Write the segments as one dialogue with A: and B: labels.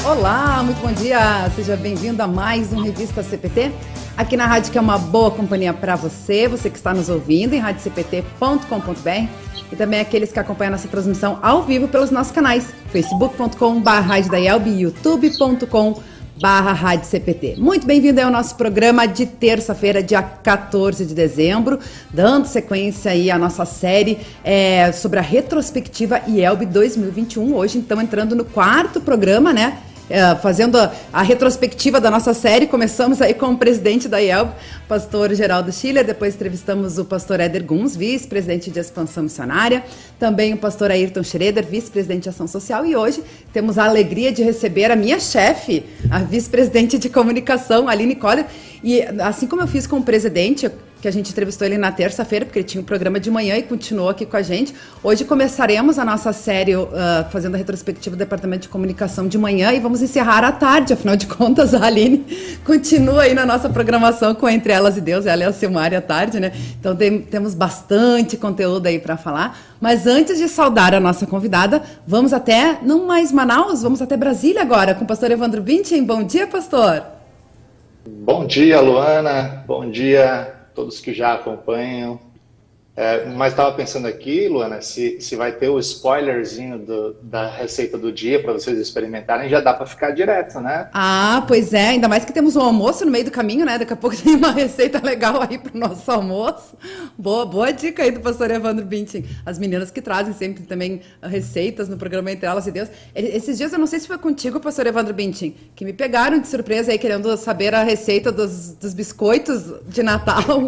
A: Olá, muito bom dia, seja bem-vindo a mais um Revista CPT, aqui na rádio que é uma boa companhia para você que está nos ouvindo em radiocpt.com.br e também aqueles que acompanham nossa transmissão ao vivo pelos nossos canais, facebook.com/radiodaielb e youtube.com/radiocpt. Muito bem-vindo ao nosso programa de terça-feira, dia 14 de dezembro, dando sequência aí à nossa série sobre a retrospectiva IELB 2021. Hoje, então, entrando no quarto programa, né? Fazendo a retrospectiva da nossa série. Começamos aí com o presidente da IELB, pastor Geraldo Schiller, depois entrevistamos o pastor Éder Guns, vice-presidente de expansão missionária, também o pastor Ayrton Schroeder, vice-presidente de ação social, e hoje temos a alegria de receber a minha chefe, a vice-presidente de comunicação, Aline Coller, e assim como eu fiz com o presidente, que a gente entrevistou ele na terça-feira, porque ele tinha um programa de manhã e continuou aqui com a gente. Hoje começaremos a nossa série fazendo a retrospectiva do Departamento de Comunicação de manhã e vamos encerrar à tarde, afinal de contas a Aline continua aí na nossa programação com Entre Elas e Deus, ela é a Silmari à tarde, né? Então temos bastante conteúdo aí para falar, mas antes de saudar a nossa convidada, vamos até, não mais Manaus, vamos até Brasília agora, com o pastor Evandro Bintin. Bom dia, pastor!
B: Bom dia, Luana, bom dia todos que já acompanham. Mas estava pensando aqui, Luana, se vai ter o spoilerzinho da receita do dia para vocês experimentarem, já dá para ficar direto, né?
A: Ah, pois é, ainda mais que temos um almoço no meio do caminho, né? Daqui a pouco tem uma receita legal aí para o nosso almoço. Boa dica aí do pastor Evandro Bintin. As meninas que trazem sempre também receitas no programa Entre Elas e Deus. Esses dias, eu não sei se foi contigo, pastor Evandro Bintin, que me pegaram de surpresa aí querendo saber a receita dos biscoitos de Natal.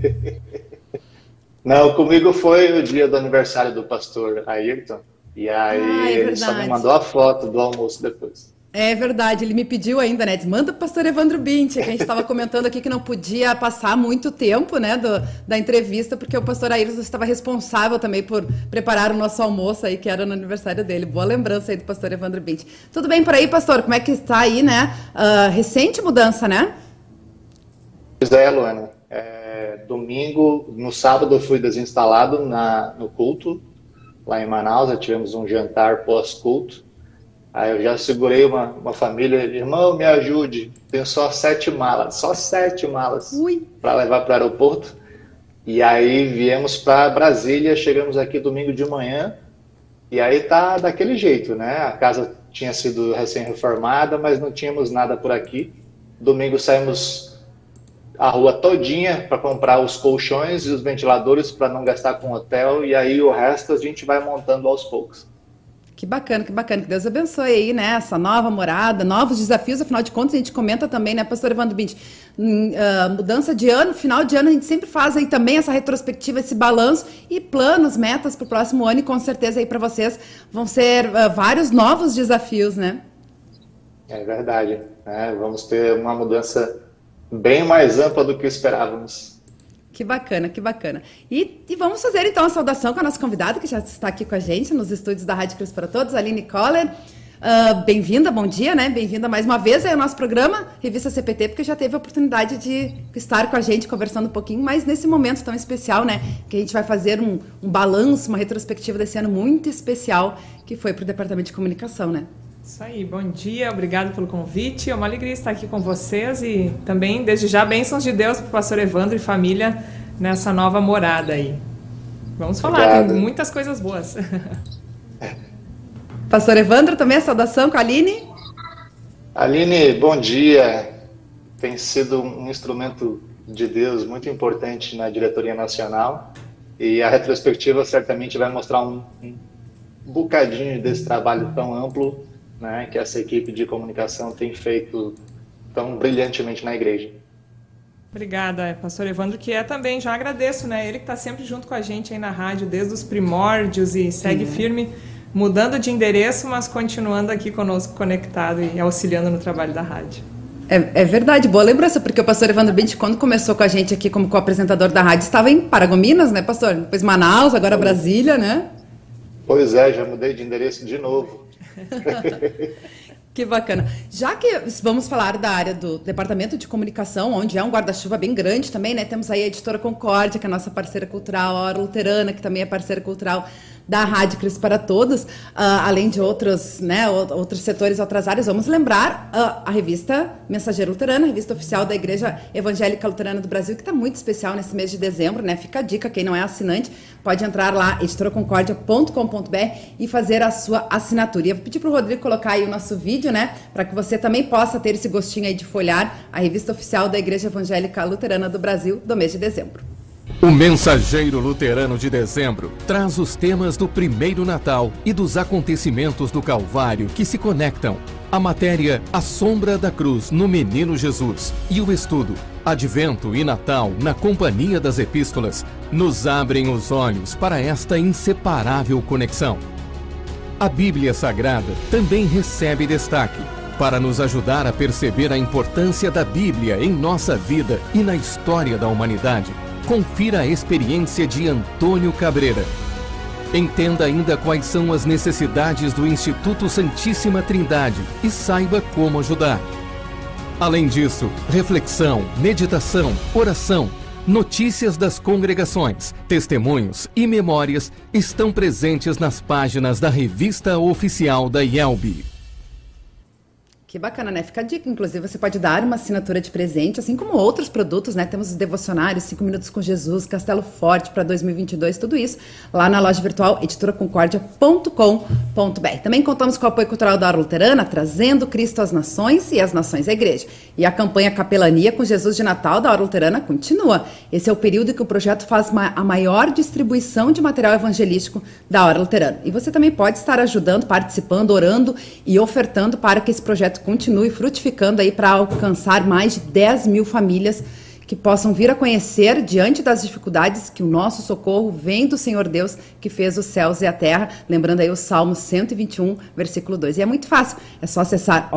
B: Não, comigo foi o dia do aniversário do pastor Ayrton, e aí ele só me mandou a foto do almoço depois.
A: É verdade, ele me pediu ainda, né? Diz, manda o pastor Evandro Bintin, que a gente estava comentando aqui que não podia passar muito tempo, né, da entrevista, porque o pastor Ayrton estava responsável também por preparar o nosso almoço aí, que era no aniversário dele. Boa lembrança aí do pastor Evandro Bintin. Tudo bem por aí, pastor? Como é que está aí, né? Recente mudança, né?
B: Pois é, Luana. Domingo, no sábado eu fui desinstalado no culto, lá em Manaus, já tivemos um jantar pós-culto. Aí eu já segurei uma família, irmão, me ajude, tenho só 7 malas para levar para o aeroporto. E aí viemos para Brasília, chegamos aqui domingo de manhã, e aí tá daquele jeito, né? A casa tinha sido recém-reformada, mas não tínhamos nada por aqui. Domingo saímos a rua todinha para comprar os colchões e os ventiladores para não gastar com hotel, e aí o resto a gente vai montando aos poucos.
A: Que bacana, que Deus abençoe aí, né, essa nova morada, novos desafios, afinal de contas a gente comenta também, né, pastor Evandro Bintin, mudança de ano, final de ano a gente sempre faz aí também essa retrospectiva, esse balanço e planos, metas para o próximo ano, e com certeza aí para vocês vão ser vários novos desafios, né?
B: É verdade, né? Vamos ter uma mudança bem mais ampla do que esperávamos.
A: Que bacana. E vamos fazer então a saudação com a nossa convidada, que já está aqui com a gente nos estúdios da Rádio Cristo para Todos, Aline Coller. Bem-vinda, bom dia, né? Bem-vinda mais uma vez ao nosso programa, Revista CPT, porque já teve a oportunidade de estar com a gente, conversando um pouquinho, mas nesse momento tão especial, né? Que a gente vai fazer um balanço, uma retrospectiva desse ano muito especial, que foi para o Departamento de Comunicação, né?
C: Isso aí, bom dia, obrigado pelo convite, é uma alegria estar aqui com vocês e também, desde já, bênçãos de Deus para o pastor Evandro e família nessa nova morada aí. Vamos falar, obrigado. Tem muitas coisas boas.
A: Pastor Evandro, também a saudação com a Aline.
B: Aline, bom dia, tem sido um instrumento de Deus muito importante na diretoria nacional e a retrospectiva certamente vai mostrar um bocadinho desse trabalho tão amplo, né, que essa equipe de comunicação tem feito tão brilhantemente na igreja.
C: Obrigada, pastor Evandro, que também, já agradeço, né, ele que está sempre junto com a gente aí na rádio, desde os primórdios e segue firme, mudando de endereço, mas continuando aqui conosco, conectado e auxiliando no trabalho da rádio.
A: É verdade, boa lembrança, porque o pastor Evandro Bintin, quando começou com a gente aqui como co-apresentador da rádio, estava em Paragominas, né, pastor? Depois Manaus, agora Brasília, né?
B: Pois é, já mudei de endereço de novo.
A: Que bacana. Já que vamos falar da área do Departamento de Comunicação, onde é um guarda-chuva bem grande também, né? Temos aí a Editora Concórdia, que é a nossa parceira cultural, a Hora Luterana, que também é parceira cultural da Rádio Cristo para Todos, além de outros, né, outros setores, outras áreas. Vamos lembrar a revista Mensageiro Luterano, a revista oficial da Igreja Evangélica Luterana do Brasil, que está muito especial nesse mês de dezembro, né? Fica a dica, quem não é assinante, pode entrar lá, editoraconcordia.com.br e fazer a sua assinatura. E eu vou pedir para o Rodrigo colocar aí o nosso vídeo, né? Para que você também possa ter esse gostinho aí de folhear a revista oficial da Igreja Evangélica Luterana do Brasil do mês de dezembro.
D: O Mensageiro Luterano de Dezembro traz os temas do primeiro Natal e dos acontecimentos do Calvário que se conectam. A matéria A Sombra da Cruz no Menino Jesus e o estudo Advento e Natal na Companhia das Epístolas nos abrem os olhos para esta inseparável conexão. A Bíblia Sagrada também recebe destaque para nos ajudar a perceber a importância da Bíblia em nossa vida e na história da humanidade. Confira a experiência de Antônio Cabreira. Entenda ainda quais são as necessidades do Instituto Santíssima Trindade e saiba como ajudar. Além disso, reflexão, meditação, oração, notícias das congregações, testemunhos e memórias estão presentes nas páginas da revista oficial da IELB.
A: Que bacana, né? Fica a dica. Inclusive, você pode dar uma assinatura de presente, assim como outros produtos, né? Temos os devocionários, 5 Minutos com Jesus, Castelo Forte para 2022, tudo isso lá na loja virtual editoraconcordia.com.br. Também contamos com o apoio cultural da Hora Luterana, trazendo Cristo às nações e as nações à igreja. E a campanha Capelania com Jesus de Natal da Hora Luterana continua. Esse é o período que o projeto faz a maior distribuição de material evangelístico da Hora Luterana. E você também pode estar ajudando, participando, orando e ofertando para que esse projeto continue frutificando aí para alcançar mais de 10 mil famílias que possam vir a conhecer, diante das dificuldades, que o nosso socorro vem do Senhor Deus, que fez os céus e a terra. Lembrando aí o Salmo 121, versículo 2. E é muito fácil, é só acessar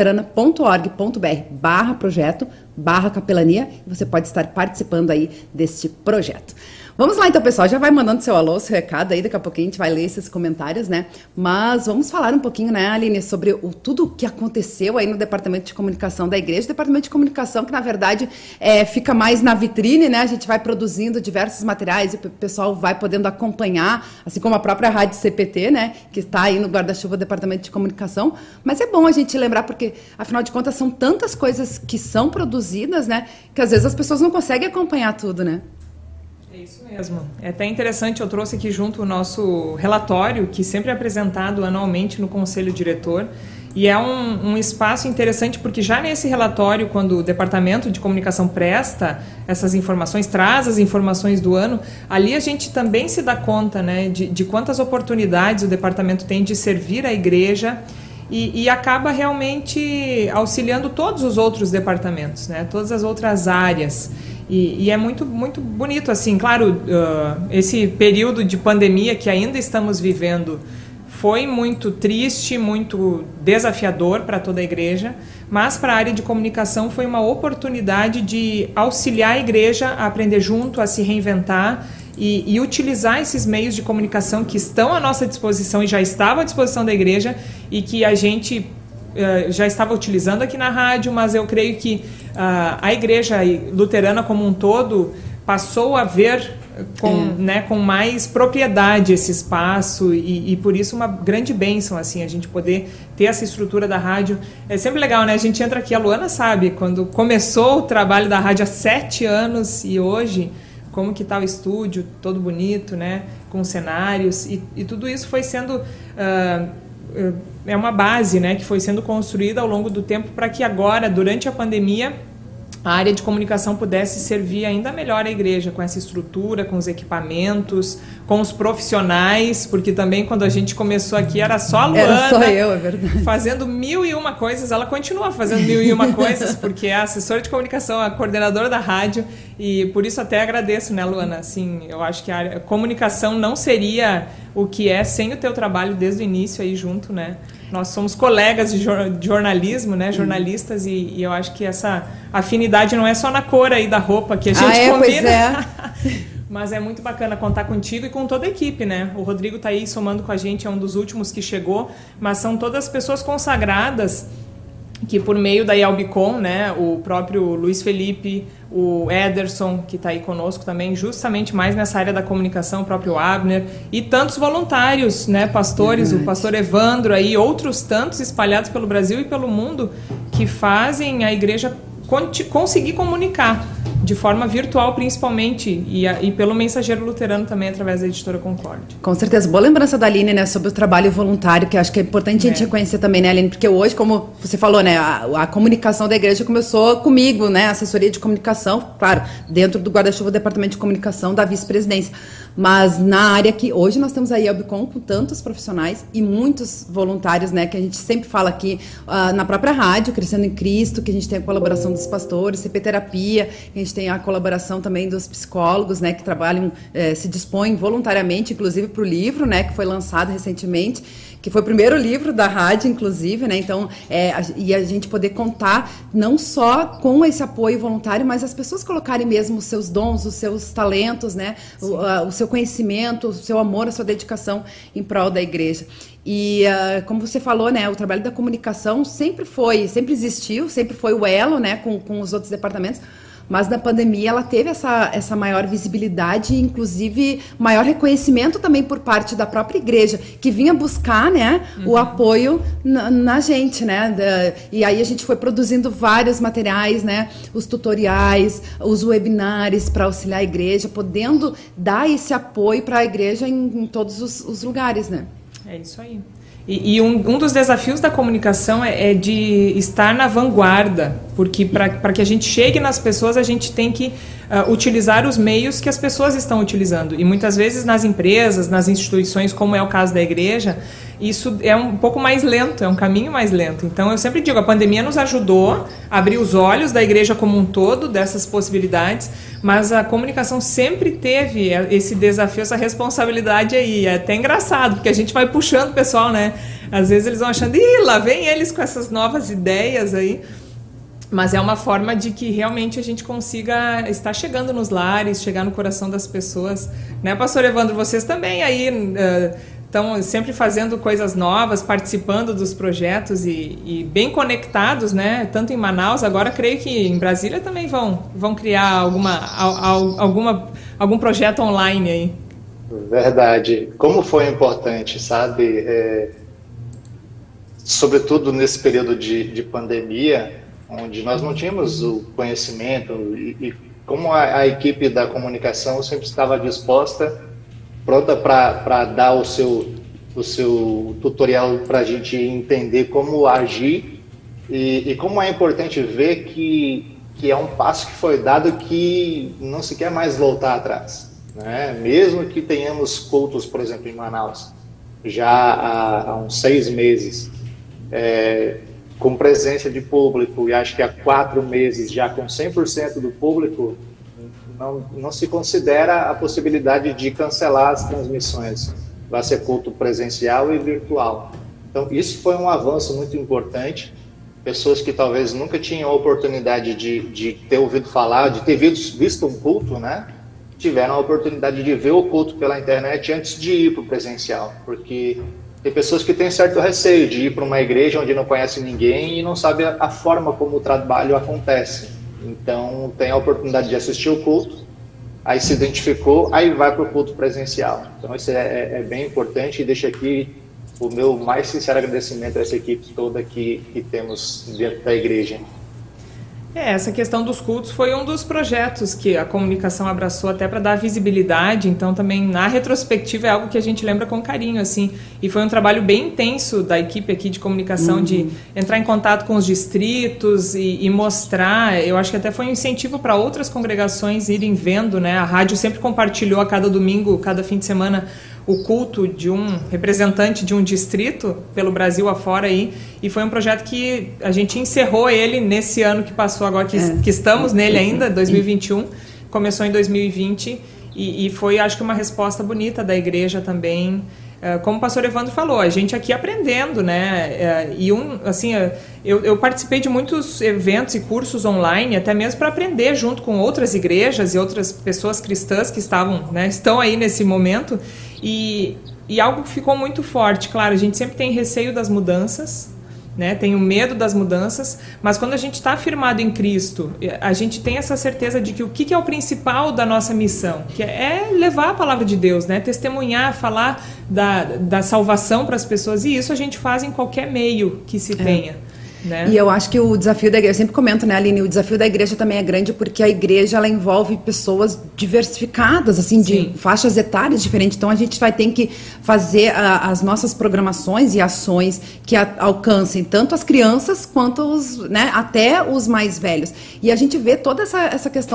A: oraluterana.org.br/projeto/capelania e você pode estar participando aí deste projeto. Vamos lá então, pessoal, já vai mandando seu alô, seu recado aí, daqui a pouquinho a gente vai ler esses comentários, né? Mas vamos falar um pouquinho, né, Aline, sobre tudo o que aconteceu aí no Departamento de Comunicação da Igreja. O Departamento de Comunicação que, na verdade, fica mais na vitrine, né? A gente vai produzindo diversos materiais e o pessoal vai podendo acompanhar, assim como a própria Rádio CPT, né? Que está aí no guarda-chuva do Departamento de Comunicação. Mas é bom a gente lembrar, porque, afinal de contas, são tantas coisas que são produzidas, né? Que às vezes as pessoas não conseguem acompanhar tudo, né?
C: É isso mesmo. É até interessante, eu trouxe aqui junto o nosso relatório, que sempre é apresentado anualmente no Conselho Diretor, e é um espaço interessante porque já nesse relatório, quando o Departamento de Comunicação presta essas informações, traz as informações do ano, ali a gente também se dá conta, né, de quantas oportunidades o Departamento tem de servir a Igreja e acaba realmente auxiliando todos os outros departamentos, né, todas as outras áreas. E é muito, muito bonito, assim, claro, esse período de pandemia que ainda estamos vivendo foi muito triste, muito desafiador para toda a igreja, mas para a área de comunicação foi uma oportunidade de auxiliar a igreja a aprender junto, a se reinventar e utilizar esses meios de comunicação que estão à nossa disposição e já estavam à disposição da igreja e que a gente já estava utilizando aqui na rádio, mas eu creio que a igreja luterana como um todo passou a ver com mais propriedade esse espaço e por isso uma grande bênção, assim, a gente poder ter essa estrutura da rádio. É sempre legal, né? A gente entra aqui, a Luana sabe, quando começou o trabalho da rádio há 7 anos e hoje, como que está o estúdio, todo bonito, né? Com cenários e tudo isso foi sendo... é uma base, né, que foi sendo construída ao longo do tempo para que agora, durante a pandemia, a área de comunicação pudesse servir ainda melhor a igreja, com essa estrutura, com os equipamentos, com os profissionais, porque também quando a gente começou aqui era só a Luana.
A: Era só eu, é verdade.
C: Fazendo 1001 coisas, ela continua fazendo 1001 coisas, porque é a assessora de comunicação, a coordenadora da rádio, e por isso até agradeço, né, Luana? Assim, eu acho que a comunicação não seria o que é sem o teu trabalho desde o início aí junto, né? Nós somos colegas de jornalismo, né, jornalistas, e eu acho que essa afinidade não é só na cor aí da roupa que a gente combina.
A: Pois é.
C: Mas é muito bacana contar contigo e com toda a equipe, né? O Rodrigo está aí somando com a gente, é um dos últimos que chegou, mas são todas pessoas consagradas que por meio da Elbicom, né, o próprio Luiz Felipe, o Ederson, que está aí conosco também, justamente mais nessa área da comunicação, o próprio Abner, e tantos voluntários, né, pastores, o pastor Evandro, aí, outros tantos espalhados pelo Brasil e pelo mundo, que fazem a igreja conseguir comunicar, de forma virtual principalmente, e pelo Mensageiro Luterano também, através da Editora Concórdia.
A: Com certeza. Boa lembrança da Aline, né, sobre o trabalho voluntário, que acho que é importante a gente reconhecer também, né, Aline, porque hoje, como você falou, né, a comunicação da igreja começou comigo, né, assessoria de comunicação, claro, dentro do guarda-chuva do Departamento de Comunicação da Vice-Presidência, mas na área que hoje nós temos aí a Elbicom com tantos profissionais e muitos voluntários, né, que a gente sempre fala aqui na própria rádio, Crescendo em Cristo, que a gente tem a colaboração dos pastores, CP Terapia, a gente tem a colaboração também dos psicólogos, né, que trabalham, se dispõem voluntariamente, inclusive para o livro, né, que foi lançado recentemente, que foi o primeiro livro da rádio, inclusive, né, então, e a gente poder contar não só com esse apoio voluntário, mas as pessoas colocarem mesmo os seus dons, os seus talentos, né, o seu conhecimento, o seu amor, a sua dedicação em prol da igreja. E como você falou, né, o trabalho da comunicação sempre existiu, sempre foi o elo, né, com os outros departamentos, mas na pandemia ela teve essa maior visibilidade e, inclusive, maior reconhecimento também por parte da própria igreja, que vinha buscar, né, o apoio na gente, né, e aí a gente foi produzindo vários materiais, né, os tutoriais, os webinars para auxiliar a igreja, podendo dar esse apoio para a igreja em todos os lugares, né.
C: É isso aí. E um dos desafios da comunicação é de estar na vanguarda, porque para que a gente chegue nas pessoas, a gente tem que utilizar os meios que as pessoas estão utilizando. E muitas vezes nas empresas, nas instituições, como é o caso da igreja, isso é um pouco mais lento, é um caminho mais lento. Então eu sempre digo, a pandemia nos ajudou a abrir os olhos da igreja como um todo, dessas possibilidades, mas a comunicação sempre teve esse desafio, essa responsabilidade aí. É até engraçado, porque a gente vai puxando o pessoal, né? Às vezes eles vão achando, lá vem eles com essas novas ideias aí. Mas é uma forma de que realmente a gente consiga estar chegando nos lares, chegar no coração das pessoas. Né, pastor Evandro, vocês também aí estão sempre fazendo coisas novas, participando dos projetos e bem conectados, né? Tanto em Manaus, agora creio que em Brasília também vão criar algum projeto online aí.
B: Verdade. Como foi importante, sabe? Sobretudo nesse período de pandemia, onde nós não tínhamos o conhecimento e como a equipe da comunicação sempre estava disposta, pronta para dar o seu tutorial para a gente entender como agir e como é importante ver que é um passo que foi dado que não se quer mais voltar atrás, né? Mesmo que tenhamos cultos, por exemplo, em Manaus, já há uns 6 meses, com presença de público, e acho que há 4 meses já com 100% do público, não se considera a possibilidade de cancelar as transmissões. Vai ser culto presencial e virtual. Então, isso foi um avanço muito importante. Pessoas que talvez nunca tinham a oportunidade de ter ouvido falar, de ter visto um culto, né? Tiveram a oportunidade de ver o culto pela internet antes de ir para o presencial, porque tem pessoas que têm certo receio de ir para uma igreja onde não conhece ninguém e não sabe a forma como o trabalho acontece. Então, tem a oportunidade de assistir o culto, aí se identificou, aí vai para o culto presencial. Então, isso é bem importante e deixo aqui o meu mais sincero agradecimento a essa equipe toda que temos dentro da igreja.
C: Essa questão dos cultos foi um dos projetos que a comunicação abraçou até para dar visibilidade, então também na retrospectiva é algo que a gente lembra com carinho, assim, e foi um trabalho bem intenso da equipe aqui de comunicação, de entrar em contato com os distritos e mostrar, eu acho que até foi um incentivo para outras congregações irem vendo, né, a rádio sempre compartilhou a cada domingo, cada fim de semana, o culto de um representante de um distrito pelo Brasil afora aí, e foi um projeto que a gente encerrou ele nesse ano que passou agora, que estamos nele ainda, 2021, começou em 2020, e foi, acho que, uma resposta bonita da igreja também, como o pastor Evandro falou, a gente aqui aprendendo, né, eu participei de muitos eventos e cursos online, até mesmo para aprender junto com outras igrejas e outras pessoas cristãs que estão aí nesse momento, e algo que ficou muito forte, claro, a gente sempre tem receio das mudanças, né? Tenho medo das mudanças, mas quando a gente está firmado em Cristo, a gente tem essa certeza de que o que é o principal da nossa missão, que é levar a palavra de Deus, né? Testemunhar, falar da salvação para as pessoas, e isso a gente faz em qualquer meio que se tenha. Né?
A: E eu acho que o desafio da igreja, eu sempre comento, né, Aline, o desafio da igreja também é grande porque a igreja, ela envolve pessoas diversificadas, assim, de faixas etárias diferentes, então a gente vai ter que fazer as nossas programações e ações que alcancem tanto as crianças quanto né, até os mais velhos. E a gente vê toda essa questão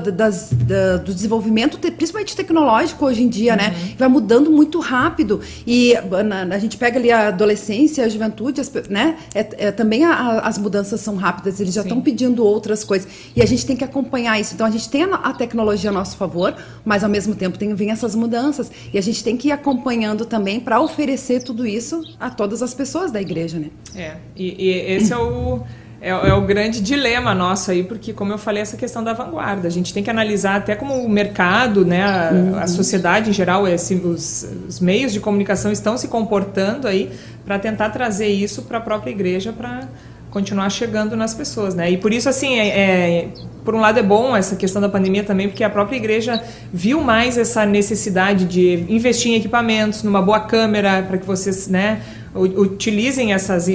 A: do desenvolvimento, principalmente tecnológico hoje em dia, né, vai mudando muito rápido, e a gente pega ali a adolescência, a juventude, né, também as mudanças são rápidas, eles já estão pedindo outras coisas, e a gente tem que acompanhar isso. Então a gente tem a tecnologia a nosso favor, mas ao mesmo tempo vem essas mudanças, e a gente tem que ir acompanhando também para oferecer tudo isso a todas as pessoas da igreja, né?
C: E esse é o grande dilema nosso aí, porque, como eu falei, essa questão da vanguarda. A gente tem que analisar até como o mercado, né, a sociedade em geral, os meios de comunicação estão se comportando aí para tentar trazer isso para a própria igreja, para continuar chegando nas pessoas, né? E por isso, assim, por um lado é bom essa questão da pandemia também, porque a própria igreja viu mais essa necessidade de investir em equipamentos, numa boa câmera, para que vocês, né, utilizem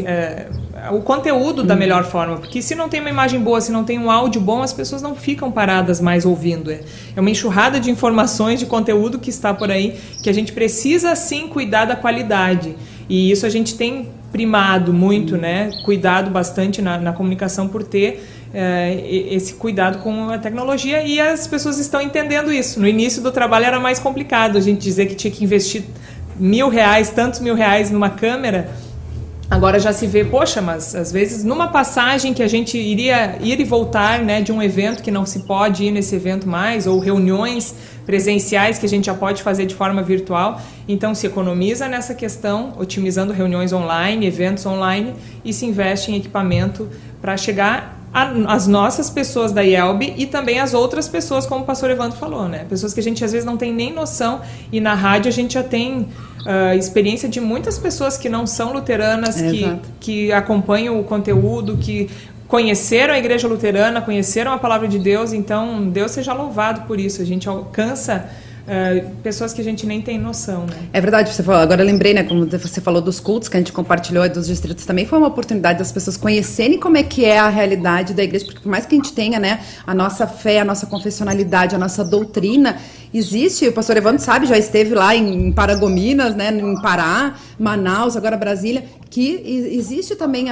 C: o conteúdo da melhor forma, porque se não tem uma imagem boa, se não tem um áudio bom, as pessoas não ficam paradas mais ouvindo. É uma enxurrada de informações, de conteúdo que está por aí, que a gente precisa sim cuidar da qualidade, e isso a gente tem primado muito, né, cuidado bastante na comunicação por ter esse cuidado com a tecnologia, e as pessoas estão entendendo isso. No início do trabalho era mais complicado a gente dizer que tinha que investir R$1.000, tantos R$1.000 numa câmera. Agora já se vê, poxa, mas às vezes numa passagem que a gente iria ir e voltar, né, de um evento que não se pode ir nesse evento mais, ou reuniões presenciais que a gente já pode fazer de forma virtual, então se economiza nessa questão, otimizando reuniões online, eventos online, e se investe em equipamento para chegar às nossas pessoas da IELB e também às outras pessoas, como o pastor Evandro falou, né? Pessoas que a gente às vezes não tem nem noção, e na rádio a gente já tem experiência de muitas pessoas que não são luteranas, que acompanham o conteúdo, que conheceram a igreja luterana, conheceram a palavra de Deus. Então Deus seja louvado por isso, a gente alcança pessoas que a gente nem tem noção, né? É
A: verdade, você falou, agora eu lembrei, né, como você falou dos cultos que a gente compartilhou dos distritos, também foi uma oportunidade das pessoas conhecerem como é que é a realidade da igreja, porque por mais que a gente tenha, né, a nossa fé, a nossa confessionalidade, a nossa doutrina, existe, o pastor Evandro sabe, já esteve lá em Paragominas, né, em Pará, Manaus, agora Brasília, que existe também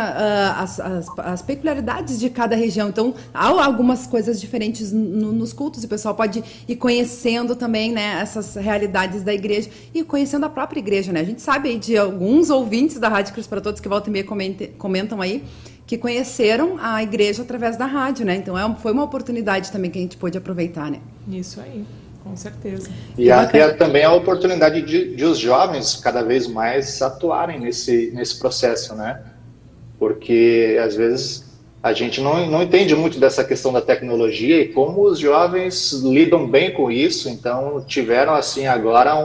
A: as peculiaridades de cada região. Então, há algumas coisas diferentes nos cultos, e o pessoal pode ir conhecendo também, né, essas realidades da igreja e conhecendo a própria igreja, né? A gente sabe aí de alguns ouvintes da Rádio Cristo para Todos que volta e meia comentam aí que conheceram a igreja através da rádio, né? Então, foi uma oportunidade também que a gente pôde aproveitar, né?
C: Isso aí. Com certeza.
B: E há também a oportunidade de os jovens cada vez mais atuarem nesse processo, né? Porque às vezes a gente não entende muito dessa questão da tecnologia e como os jovens lidam bem com isso. Então tiveram assim agora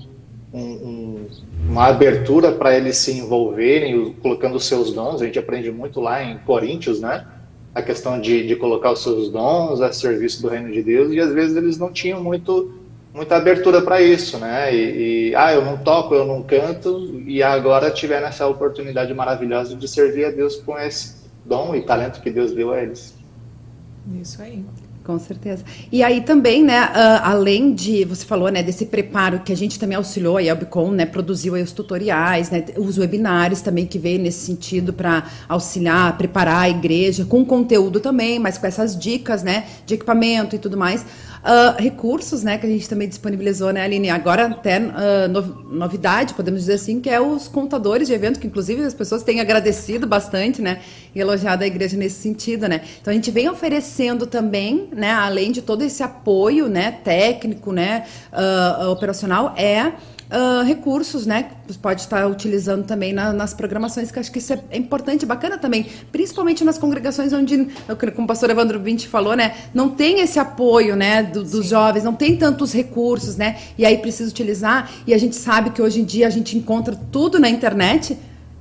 B: uma abertura para eles se envolverem, colocando os seus dons. A gente aprende muito lá em Coríntios, né? A questão de colocar os seus dons a serviço do reino de Deus, e às vezes eles não tinham muita abertura para isso, né? Eu não toco, eu não canto, e agora tiveram essa oportunidade maravilhosa de servir a Deus com esse dom e talento que Deus deu a eles.
C: Isso aí.
A: Com certeza. E aí também, né, além de, você falou, né, desse preparo que a gente também auxiliou, a IELBcom, né, produziu aí os tutoriais, né, os webinários também que veio nesse sentido para auxiliar, preparar a igreja com conteúdo também, mas com essas dicas, né, de equipamento e tudo mais. Recursos, né, que a gente também disponibilizou, né, Aline? Agora até novidade, podemos dizer assim, que é os contadores de evento, que inclusive as pessoas têm agradecido bastante, né, e elogiado a igreja nesse sentido, né? Então a gente vem oferecendo também, né, além de todo esse apoio, né, técnico, né, operacional, recursos, né, que você pode estar utilizando também nas programações, que eu acho que isso é importante, bacana também, principalmente nas congregações onde, como o pastor Evandro Vinci falou, né, não tem esse apoio, né, dos jovens, não tem tantos recursos, né, e aí precisa utilizar, e a gente sabe que hoje em dia a gente encontra tudo na internet.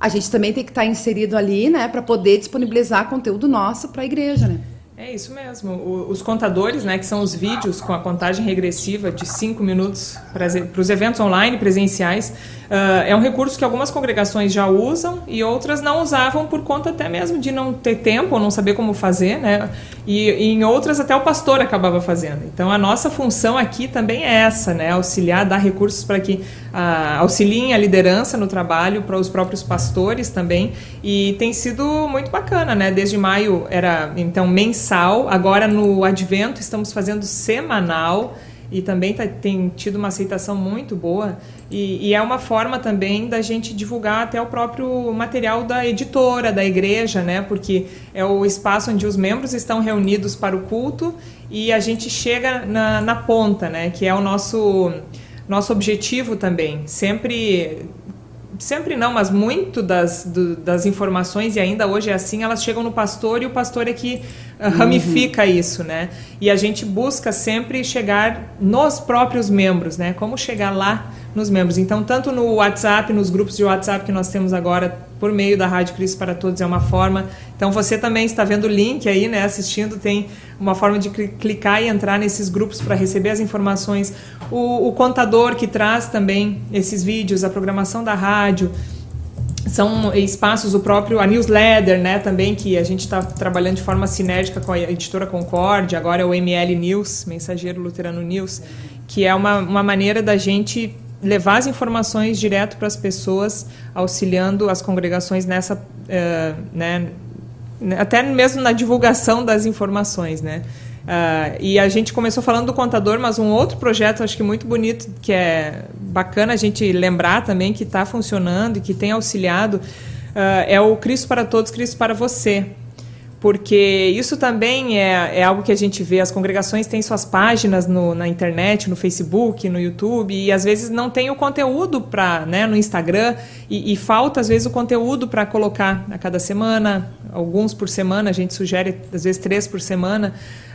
A: a gente também tem que estar inserido ali, né, para poder disponibilizar conteúdo nosso para a igreja, né?
C: É isso mesmo. Os contadores, né, que são os vídeos com a contagem regressiva de 5 minutos para os eventos online presenciais, é um recurso que algumas congregações já usam e outras não usavam por conta até mesmo de não ter tempo ou não saber como fazer, né? E em outras até o pastor acabava fazendo. Então a nossa função aqui também é essa, né? Auxiliar, dar recursos para que auxiliem a liderança no trabalho, para os próprios pastores também. E tem sido muito bacana, né? Desde maio era então mensal, agora no Advento estamos fazendo semanal. E também tem tido uma aceitação muito boa e é uma forma também da gente divulgar até o próprio material da editora, da igreja, né? Porque é o espaço onde os membros estão reunidos para o culto e a gente chega na ponta, né? Que é o nosso objetivo também. Sempre não, mas muito das informações, e ainda hoje é assim, elas chegam no pastor e o pastor é que ramifica isso, né? E a gente busca sempre chegar nos próprios membros, né? Como chegar lá nos membros. Então, tanto no WhatsApp, nos grupos de WhatsApp que nós temos agora, por meio da Rádio Cristo para Todos, é uma forma. Então, você também está vendo o link aí, né? Assistindo, tem uma forma de clicar e entrar nesses grupos para receber as informações. O contador que traz também esses vídeos, a programação da rádio, são espaços, a newsletter, né, também, que a gente está trabalhando de forma sinérgica com a editora Concórdia, agora é o ML News, Mensageiro Luterano News, que é uma maneira da gente levar as informações direto para as pessoas, auxiliando as congregações nessa, né, até mesmo na divulgação das informações, né. E a gente começou falando do contador, mas um outro projeto, acho que muito bonito, que é bacana a gente lembrar também, que está funcionando e que tem auxiliado, é o Cristo para Todos, Cristo para Você. Porque isso também é algo que a gente vê, as congregações têm suas páginas na internet, no Facebook, no YouTube, e às vezes não tem o conteúdo né, no Instagram, e falta às vezes o conteúdo para colocar a cada semana, alguns por semana, a gente sugere às vezes 3 por semana,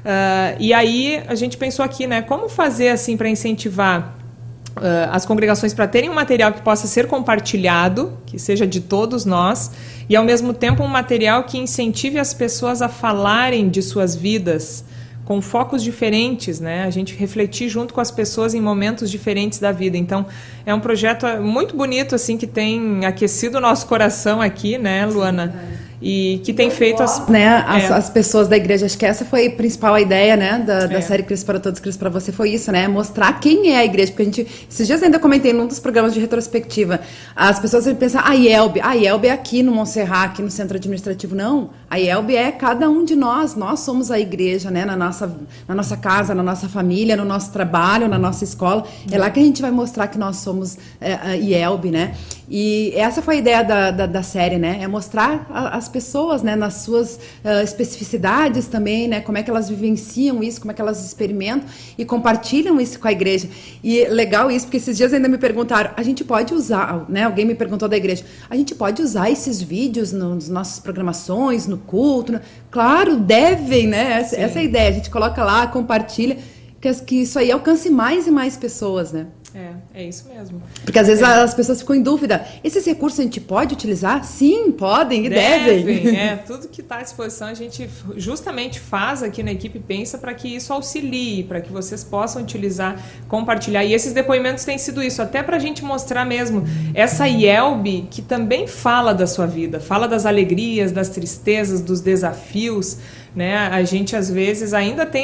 C: e aí a gente pensou aqui, né, como fazer assim para incentivar as congregações para terem um material que possa ser compartilhado, que seja de todos nós, e ao mesmo tempo um material que incentive as pessoas a falarem de suas vidas com focos diferentes, né? A gente refletir junto com as pessoas em momentos diferentes da vida. Então, é um projeto muito bonito, assim, que tem aquecido o nosso coração aqui, né, Luana? E que tem feito
A: as pessoas da igreja. Acho que essa foi a principal ideia, né, da série Cristo para Todos, Cristo para Você, foi isso, né, mostrar quem é a igreja, porque a gente, esses dias ainda comentei num dos programas de retrospectiva, as pessoas sempre pensam, a IELB é aqui no Montserrat, aqui no centro administrativo. Não, a IELB é cada um de nós somos a igreja, né, na nossa casa, na nossa família, no nosso trabalho, na nossa escola, é lá que a gente vai mostrar que nós somos a IELB, né. E essa foi a ideia da série, né? É mostrar as pessoas, né, nas suas especificidades também, né? Como é que elas vivenciam isso, como é que elas experimentam e compartilham isso com a igreja. E legal isso, porque esses dias ainda me perguntaram, a gente pode usar, né? Alguém me perguntou da igreja, a gente pode usar esses vídeos nas nossas programações, no culto? Claro, devem, né? Essa é a ideia, a gente coloca lá, compartilha, que isso aí alcance mais e mais pessoas, né?
C: É isso mesmo.
A: Porque às vezes as pessoas ficam em dúvida. Esses recursos a gente pode utilizar? Sim, podem e devem.
C: Tudo que está à disposição a gente justamente faz aqui na equipe, pensa para que isso auxilie, para que vocês possam utilizar, compartilhar. E esses depoimentos têm sido isso, até para a gente mostrar mesmo essa IELB que também fala da sua vida, fala das alegrias, das tristezas, dos desafios, né? A gente às vezes ainda tem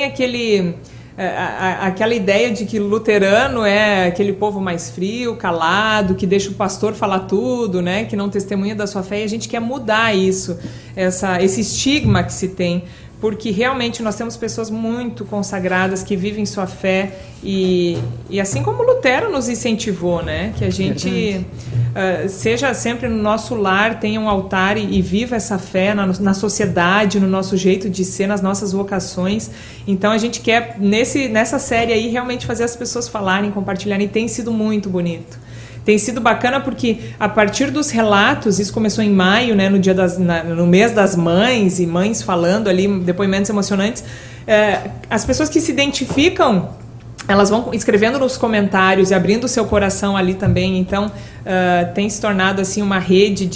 C: aquela ideia de que luterano é aquele povo mais frio, calado, que deixa o pastor falar tudo, né? Que não testemunha da sua fé, e a gente quer mudar isso, esse estigma que se tem, porque realmente nós temos pessoas muito consagradas que vivem sua fé e assim como Lutero nos incentivou, né? Que a gente seja sempre no nosso lar, tenha um altar e viva essa fé na sociedade, no nosso jeito de ser, nas nossas vocações. Então a gente quer, nessa série aí, realmente fazer as pessoas falarem, compartilharem, e tem sido muito bonito. Tem sido bacana porque a partir dos relatos, isso começou em maio, né, no mês das mães, e mães falando ali, depoimentos emocionantes, as pessoas que se identificam elas vão escrevendo nos comentários e abrindo o seu coração ali também. Então, tem se tornado assim uma rede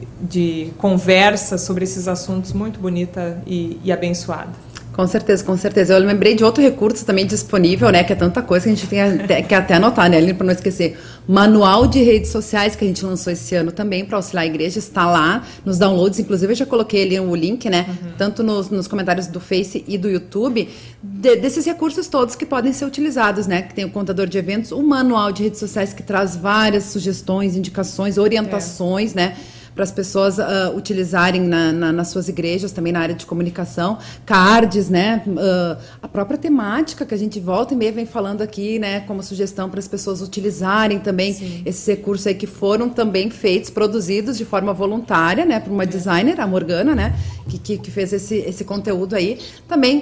C: de conversa sobre esses assuntos muito bonita e abençoada.
A: Com certeza, com certeza. Eu lembrei de outro recurso também disponível, né? Que é tanta coisa que a gente tem que até anotar, né, Aline, para não esquecer. Manual de redes sociais que a gente lançou esse ano também para auxiliar a igreja, está lá nos downloads. Inclusive, eu já coloquei ali o link, né? Tanto nos comentários do Face e do YouTube, desses recursos todos que podem ser utilizados, né? Que tem o contador de eventos, o manual de redes sociais que traz várias sugestões, indicações, orientações, né? Para as pessoas utilizarem nas suas igrejas, também na área de comunicação, cards, né? A própria temática que a gente volta e meia vem falando aqui, né? Como sugestão para as pessoas utilizarem também. Sim. Esses recursos aí que foram também feitos, produzidos de forma voluntária, né? Por uma designer, a Morgana, né? Que fez esse conteúdo aí. Também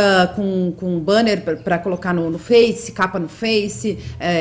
A: com banner para colocar no Face, capa no Face,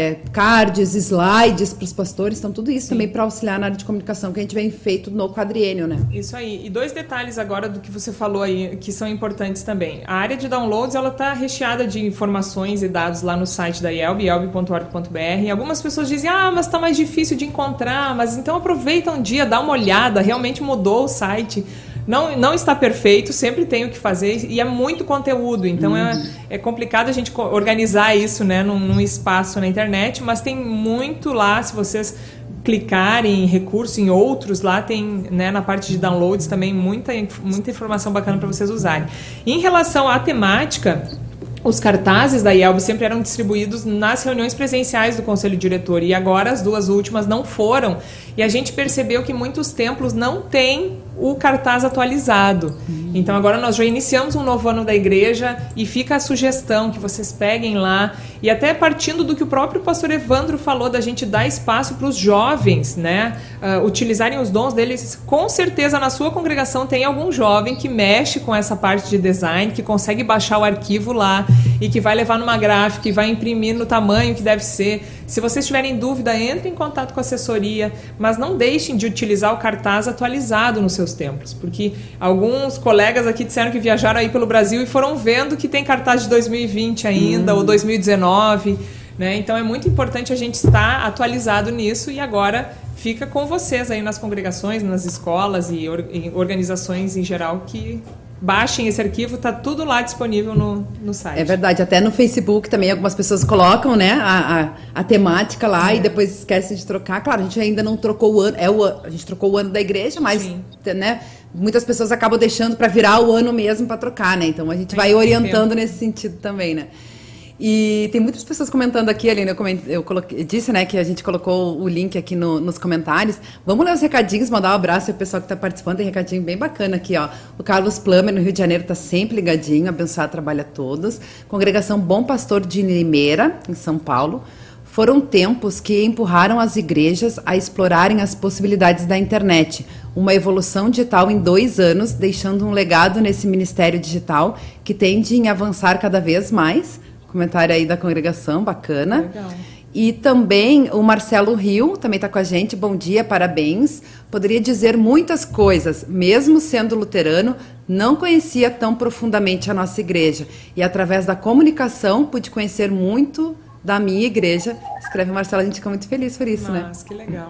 A: cards, slides para os pastores, então tudo isso também para auxiliar na área de comunicação que a gente vem feito no quadriênio, né? Isso
C: aí. E 2 detalhes agora do que você falou aí que são importantes também. A área de downloads, ela está recheada de informações e dados lá no site da IELB, ielb.org.br. Algumas pessoas dizem, mas está mais difícil de encontrar, mas então aproveita um dia, dá uma olhada, realmente mudou o site. Não está perfeito, sempre tem o que fazer e é muito conteúdo, então é complicado a gente organizar isso, né, num espaço na internet, mas tem muito lá, se vocês clicarem em recurso, em outros, lá tem, né, na parte de downloads também muita informação bacana para vocês usarem. Em relação à temática, os cartazes da IELB sempre eram distribuídos nas reuniões presenciais do Conselho Diretor e agora as 2 últimas não foram. E a gente percebeu que muitos templos não têm o cartaz atualizado. Então agora nós já iniciamos um novo ano da igreja e fica a sugestão que vocês peguem lá. E até partindo do que o próprio pastor Evandro falou, da gente dar espaço para os jovens, né, utilizarem os dons deles. Com certeza na sua congregação tem algum jovem que mexe com essa parte de design, que consegue baixar o arquivo lá e que vai levar numa gráfica e vai imprimir no tamanho que deve ser. Se vocês tiverem dúvida, entrem em contato com a assessoria, mas não deixem de utilizar o cartaz atualizado nos seus templos, porque alguns colegas aqui disseram que viajaram aí pelo Brasil e foram vendo que tem cartaz de 2020 ainda, ou 2019, né? Então é muito importante a gente estar atualizado nisso e agora fica com vocês aí nas congregações, nas escolas e organizações em geral que baixem esse arquivo, tá tudo lá disponível no site. É verdade, até no Facebook também algumas pessoas colocam, né, a temática lá e depois esquecem de trocar. Claro, a gente ainda não trocou o ano, a gente trocou o ano da igreja, mas, né, muitas pessoas acabam deixando para virar o ano mesmo para trocar, né, então a gente vai orientando nesse sentido também, né. E tem muitas pessoas comentando aqui, Aline, eu disse, né, que a gente colocou o link aqui nos comentários. Vamos ler os recadinhos, mandar um abraço ao pessoal que está participando, tem recadinho bem bacana aqui, ó. O Carlos Plummer, no Rio de Janeiro, está sempre ligadinho, abençoado trabalho a todos. Congregação Bom Pastor de Limeira, em São Paulo. Foram tempos que empurraram as igrejas a explorarem as possibilidades da internet. Uma evolução digital em 2 anos, deixando um legado nesse ministério digital que tende em avançar cada vez mais. Comentário aí da congregação, bacana. Legal. E também o Marcelo Rio, também está com a gente. Bom dia, parabéns. Poderia dizer muitas coisas, mesmo sendo luterano, não conhecia tão profundamente a nossa igreja. E através da comunicação pude conhecer muito da minha igreja. Escreve o Marcelo, a gente fica muito feliz por isso, né? Nossa, que legal.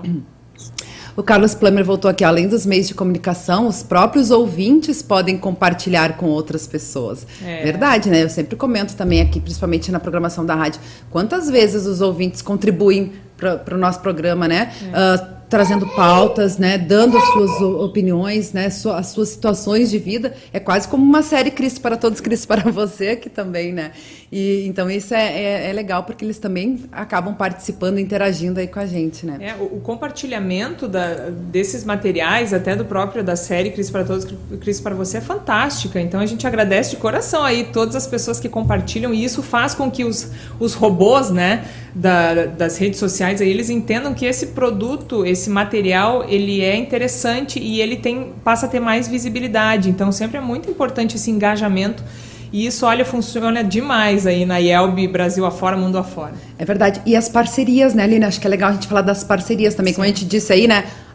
A: O Carlos Plummer voltou aqui, além dos meios de comunicação, os próprios ouvintes podem compartilhar com outras pessoas. Verdade, né? Eu sempre comento também aqui, principalmente na programação da rádio, quantas vezes os ouvintes contribuem para o nosso programa, né? Trazendo pautas, né? Dando as suas opiniões, né? As suas situações de vida. É quase como uma série Cristo para Todos, Cristo para Você aqui também, né? E, então isso é legal, porque eles também acabam participando, interagindo aí com a gente, né?
C: O compartilhamento desses materiais, até da série Cristo para Todos, Cristo para Você, é fantástica. Então a gente agradece de coração aí todas as pessoas que compartilham, e isso faz com que os robôs, né, das redes sociais, aí, eles entendam que esse produto, esse material, ele é interessante e ele passa a ter mais visibilidade. Então sempre é muito importante esse engajamento. E isso, olha, funciona demais aí na IELB, Brasil afora, mundo afora.
A: É verdade. E as parcerias, né, Aline? Acho que é legal a gente falar das parcerias também. Sim. Como a gente disse aí, né?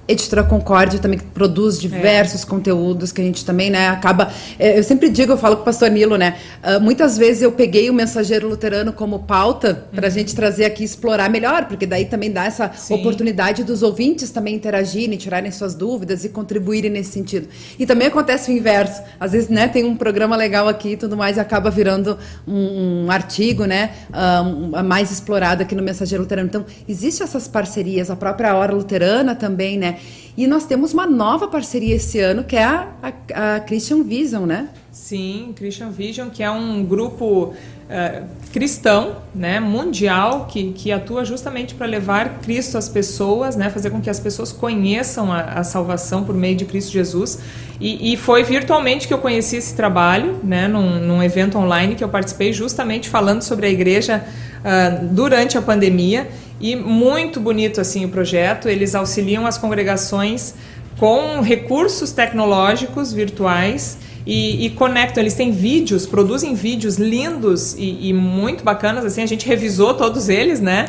A: Editora Concórdia também, que produz diversos conteúdos que a gente também, né, acaba... eu sempre digo, eu falo com o pastor Nilo, né, muitas vezes eu peguei o Mensageiro Luterano como pauta para a gente trazer aqui e explorar melhor, porque daí também dá essa oportunidade dos ouvintes também interagirem, tirarem suas dúvidas e contribuírem nesse sentido. E também acontece o inverso. Às vezes, né, tem um programa legal aqui e tudo mais e acaba virando um artigo, né, mais explorado aqui no Mensageiro Luterano. Então, existem essas parcerias, a própria Hora Luterana também, né? E nós temos uma nova parceria esse ano, que é a Christian Vision, né?
C: Sim, Christian Vision, que é um grupo cristão, né, mundial, que atua justamente para levar Cristo às pessoas, né, fazer com que as pessoas conheçam a salvação por meio de Cristo Jesus. E foi virtualmente que eu conheci esse trabalho, né, num evento online que eu participei, justamente falando sobre a igreja durante a pandemia. E muito bonito assim o projeto. Eles auxiliam as congregações com recursos tecnológicos virtuais e conectam. Eles têm vídeos, produzem vídeos lindos e muito bacanas. Assim, a gente revisou todos eles, né?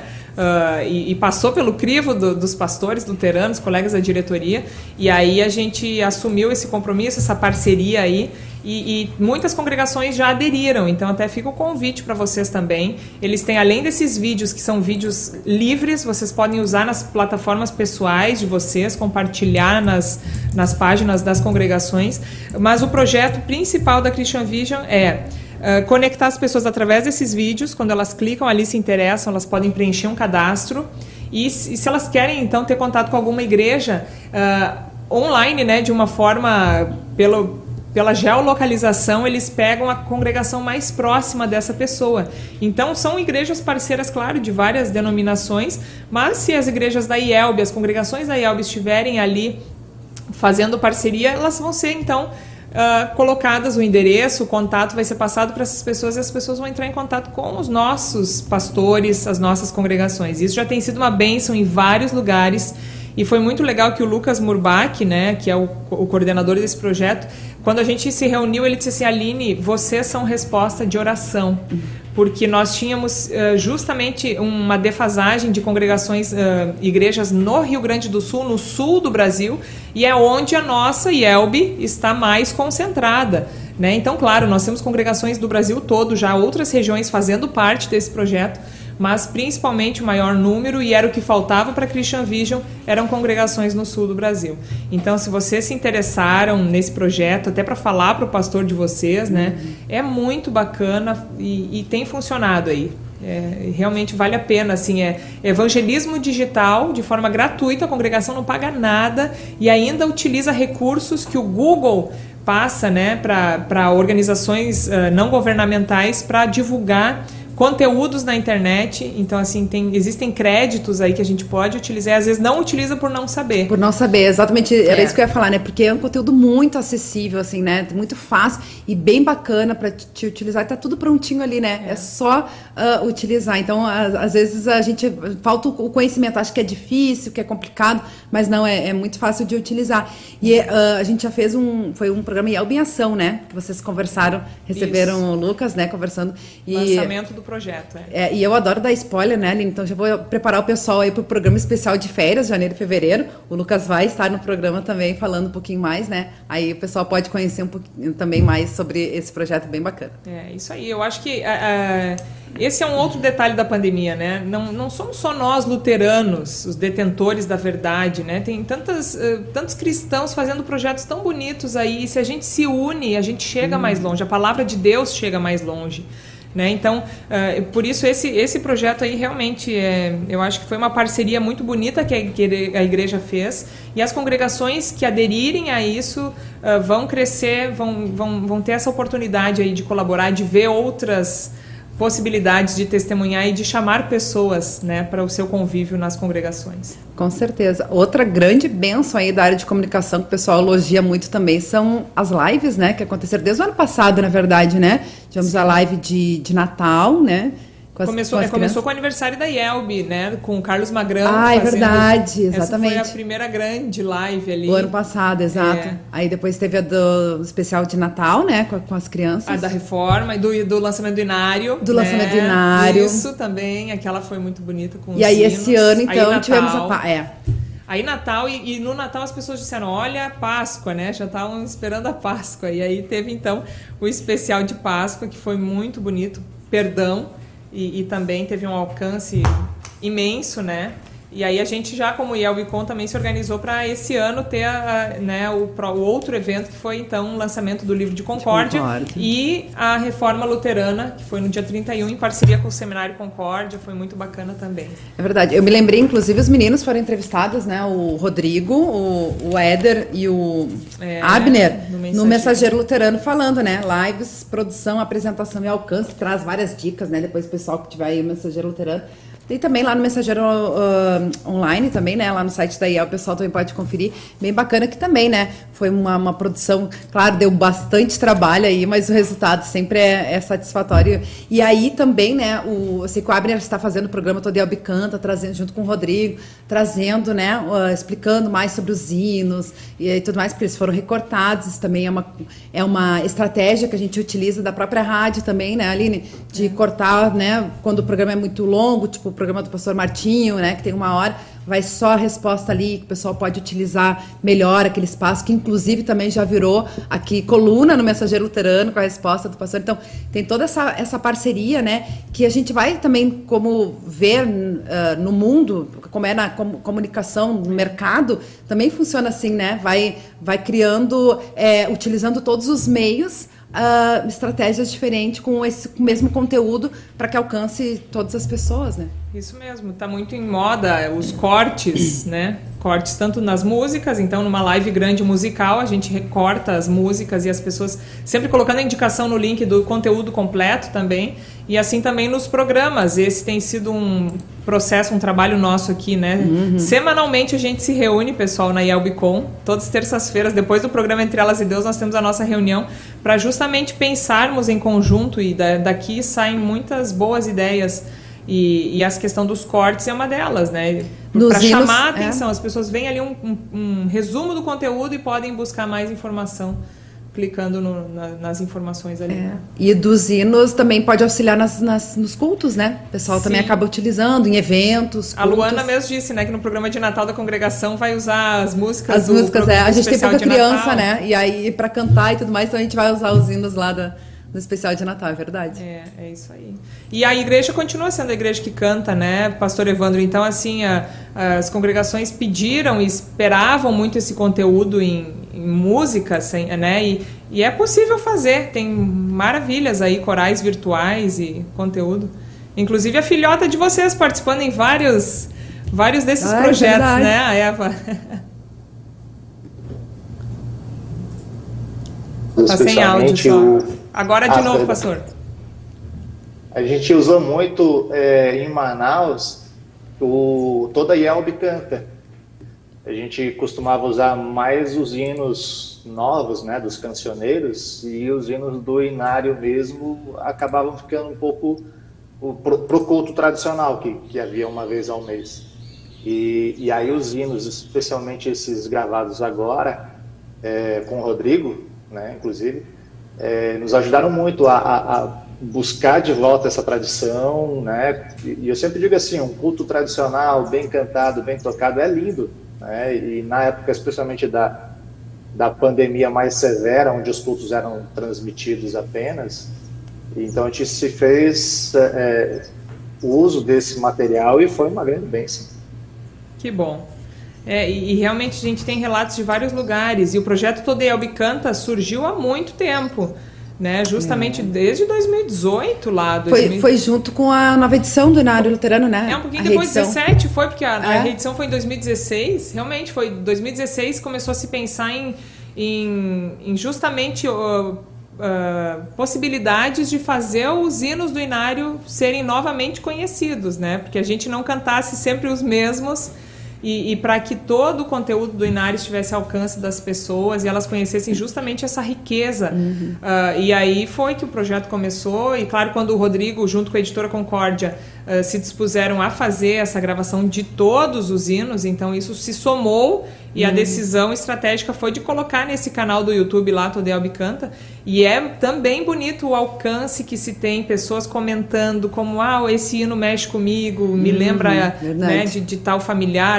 C: E passou pelo crivo dos pastores luteranos, colegas da diretoria, e aí a gente assumiu esse compromisso, essa parceria aí, e muitas congregações já aderiram, então até fica o convite para vocês também. Eles têm, além desses vídeos, que são vídeos livres, vocês podem usar nas plataformas pessoais de vocês, compartilhar nas páginas das congregações, mas o projeto principal da Christian Vision é conectar as pessoas através desses vídeos. Quando elas clicam ali, se interessam, elas podem preencher um cadastro e se elas querem então ter contato com alguma igreja online, né, de uma forma, pela geolocalização, eles pegam a congregação mais próxima dessa pessoa. Então são igrejas parceiras, claro, de várias denominações, mas se as igrejas da IELB, as congregações da IELB estiverem ali fazendo parceria, elas vão ser então colocadas, o endereço, o contato vai ser passado para essas pessoas e as pessoas vão entrar em contato com os nossos pastores, as nossas congregações. Isso já tem sido uma bênção em vários lugares e foi muito legal que o Lucas Murbach, né, que é o coordenador desse projeto, quando a gente se reuniu, ele disse assim: Aline, vocês são resposta de oração, porque nós tínhamos justamente uma defasagem de congregações, igrejas no Rio Grande do Sul, no sul do Brasil, e é onde a nossa IELB está mais concentrada, né? Então, claro, nós temos congregações do Brasil todo, já outras regiões fazendo parte desse projeto, mas principalmente o maior número, e era o que faltava para a Christian Vision, eram congregações no sul do Brasil. Então, se vocês se interessaram nesse projeto, até para falar para o pastor de vocês, né, é muito bacana e tem funcionado aí. Realmente vale a pena, assim, evangelismo digital de forma gratuita, a congregação não paga nada e ainda utiliza recursos que o Google passa, né, para organizações não governamentais para divulgar conteúdos na internet. Então, assim, existem créditos aí que a gente pode utilizar e às vezes não utiliza por não saber.
A: Por não saber, exatamente, era isso que eu ia falar, né? Porque é um conteúdo muito acessível, assim, né? Muito fácil e bem bacana para te utilizar. Tá tudo prontinho ali, né? É só utilizar. Então, às vezes a gente falta o conhecimento, acha que é difícil, que é complicado, mas não, é muito fácil de utilizar. E a gente já fez foi um programa IELB em Ação, né? Que vocês conversaram, receberam isso. O Lucas, né? Conversando.
C: Lançamento do projeto.
A: E eu adoro dar spoiler, né, Aline? Então já vou preparar o pessoal aí para o programa especial de férias, janeiro e fevereiro. O Lucas vai estar no programa também falando um pouquinho mais, né? Aí o pessoal pode conhecer um pouquinho também mais sobre esse projeto bem bacana.
C: Isso aí. Eu acho que esse é um outro detalhe da pandemia, né? Não somos só nós luteranos, os detentores da verdade, né? Tem tantos cristãos fazendo projetos tão bonitos aí. E se a gente se une, a gente chega mais longe. A palavra de Deus chega mais longe. Né? Então, por isso esse projeto aí realmente eu acho que foi uma parceria muito bonita que a igreja fez, e as congregações que aderirem a isso vão crescer, vão ter essa oportunidade aí de colaborar, de ver outras possibilidades de testemunhar e de chamar pessoas, né, para o seu convívio nas congregações.
A: Com certeza. Outra grande bênção aí da área de comunicação que o pessoal elogia muito também são as lives, né, que aconteceram desde o ano passado, na verdade, né? Tivemos a live de Natal, né?
C: Começou com o aniversário da IELB, né? Com o Carlos Magrão.
A: É verdade, exatamente.
C: Essa foi a primeira grande live ali.
A: O ano passado, exato. Aí depois teve a do especial de Natal, né? Com as crianças.
C: A da Reforma e do lançamento do Inário.
A: Do lançamento do Inário.
C: Isso também, aquela foi muito bonita com os
A: aí
C: sinos.
A: Esse ano, então,
C: aí,
A: tivemos
C: Aí Natal, e no Natal as pessoas disseram, olha, Páscoa, né? Já estavam esperando a Páscoa. E aí teve, então, o especial de Páscoa, que foi muito bonito, Perdão, e também teve um alcance imenso, né? E aí a gente já, como IELB.com, também se organizou para esse ano ter o outro evento, que foi então o lançamento do livro de Concórdia e a Reforma Luterana, que foi no dia 31, em parceria com o Seminário Concórdia, foi muito bacana também.
A: É verdade, eu me lembrei, inclusive, os meninos foram entrevistados, né, o Rodrigo, o Éder e o Abner, no Mensageiro Luterano, falando, né, lives, produção, apresentação e alcance, traz várias dicas, né, depois o pessoal que tiver aí o Mensageiro Luterano. E também lá no Mensageiro Online, também, né? Lá no site da IEL, o pessoal também pode conferir. Bem bacana que também, né? Foi uma produção, claro, deu bastante trabalho aí, mas o resultado sempre é satisfatório. E aí também, né? Eu sei que o Abner está fazendo o programa todo IELB Canta, trazendo junto com o Rodrigo, trazendo, né? Explicando mais sobre os hinos e tudo mais, porque eles foram recortados. Isso também é uma estratégia que a gente utiliza da própria rádio também, né, Aline? De cortar, né? Quando o programa é muito longo, tipo o programa do pastor Martinho, né, que tem 1 hora, vai só a resposta ali, que o pessoal pode utilizar melhor aquele espaço, que inclusive também já virou aqui coluna no Mensageiro Luterano com a resposta do pastor. Então, tem toda essa parceria, né, que a gente vai também como ver no mundo, como é na comunicação, no mercado, também funciona assim, né, vai criando, utilizando todos os meios, estratégias diferentes com esse mesmo conteúdo para que alcance todas as pessoas, né?
C: Isso mesmo, está muito em moda os cortes, né? Cortes tanto nas músicas, então numa live grande musical a gente recorta as músicas e as pessoas sempre colocando a indicação no link do conteúdo completo também, e assim também nos programas. Esse tem sido um processo, um trabalho nosso aqui, né? Semanalmente a gente se reúne, pessoal, na IELB.com, todas as terças-feiras, depois do programa Entre Elas e Deus, nós temos a nossa reunião para justamente pensarmos em conjunto, e daqui saem muitas boas ideias. E essa questão dos cortes é uma delas, né? Para chamar a atenção. As pessoas veem ali um resumo do conteúdo e podem buscar mais informação clicando nas informações ali.
A: E dos hinos também pode auxiliar nos cultos, né? O pessoal também acaba utilizando em eventos, cultos.
C: A Luana mesmo disse, né, que no programa de Natal da congregação vai usar as músicas.
A: As músicas, a gente tem pouca criança, né? E aí, para cantar e tudo mais, então a gente vai usar os hinos lá no especial de Natal, é verdade.
C: É isso aí. E a igreja continua sendo a igreja que canta, né, pastor Evandro? Então, assim, as congregações pediram e esperavam muito esse conteúdo em música, né? E é possível fazer. Tem maravilhas aí, corais virtuais e conteúdo. Inclusive a filhota de vocês participando em vários desses projetos, né, a Eva? Tá sem áudio só. Agora de novo, pastor.
B: A gente usou muito em Manaus toda a IELB Canta. A gente costumava usar mais os hinos novos, né, dos cancioneiros, e os hinos do inário mesmo acabavam ficando um pouco pro culto tradicional que havia uma vez ao mês. E aí os hinos, especialmente esses gravados agora, com o Rodrigo, né, inclusive, nos ajudaram muito a buscar de volta essa tradição, né? E eu sempre digo assim, um culto tradicional, bem cantado, bem tocado, é lindo, né? E na época, especialmente da pandemia mais severa, onde os cultos eram transmitidos apenas, então a gente se fez o uso desse material e foi uma grande bênção.
C: Que bom. E realmente a gente tem relatos de vários lugares, e o projeto Todo IELB Canta surgiu há muito tempo, né? Justamente desde 2018 lá.
A: Foi junto com a nova edição do Inário Luterano, né?
C: Um pouquinho depois, 2017 foi, porque a reedição foi em 2016, realmente foi 2016 começou a se pensar em justamente possibilidades de fazer os hinos do Inário serem novamente conhecidos, né? Porque a gente não cantasse sempre os mesmos. E para que todo o conteúdo do Inário estivesse ao alcance das pessoas e elas conhecessem justamente essa riqueza. E aí foi que o projeto começou, e claro, quando o Rodrigo, junto com a editora Concórdia, se dispuseram a fazer essa gravação de todos os hinos, então isso se somou, e a decisão estratégica foi de colocar nesse canal do YouTube lá, Todo IELB Canta, e é também bonito o alcance que se tem, pessoas comentando como, esse hino mexe comigo, me lembra, né, de tal familiar,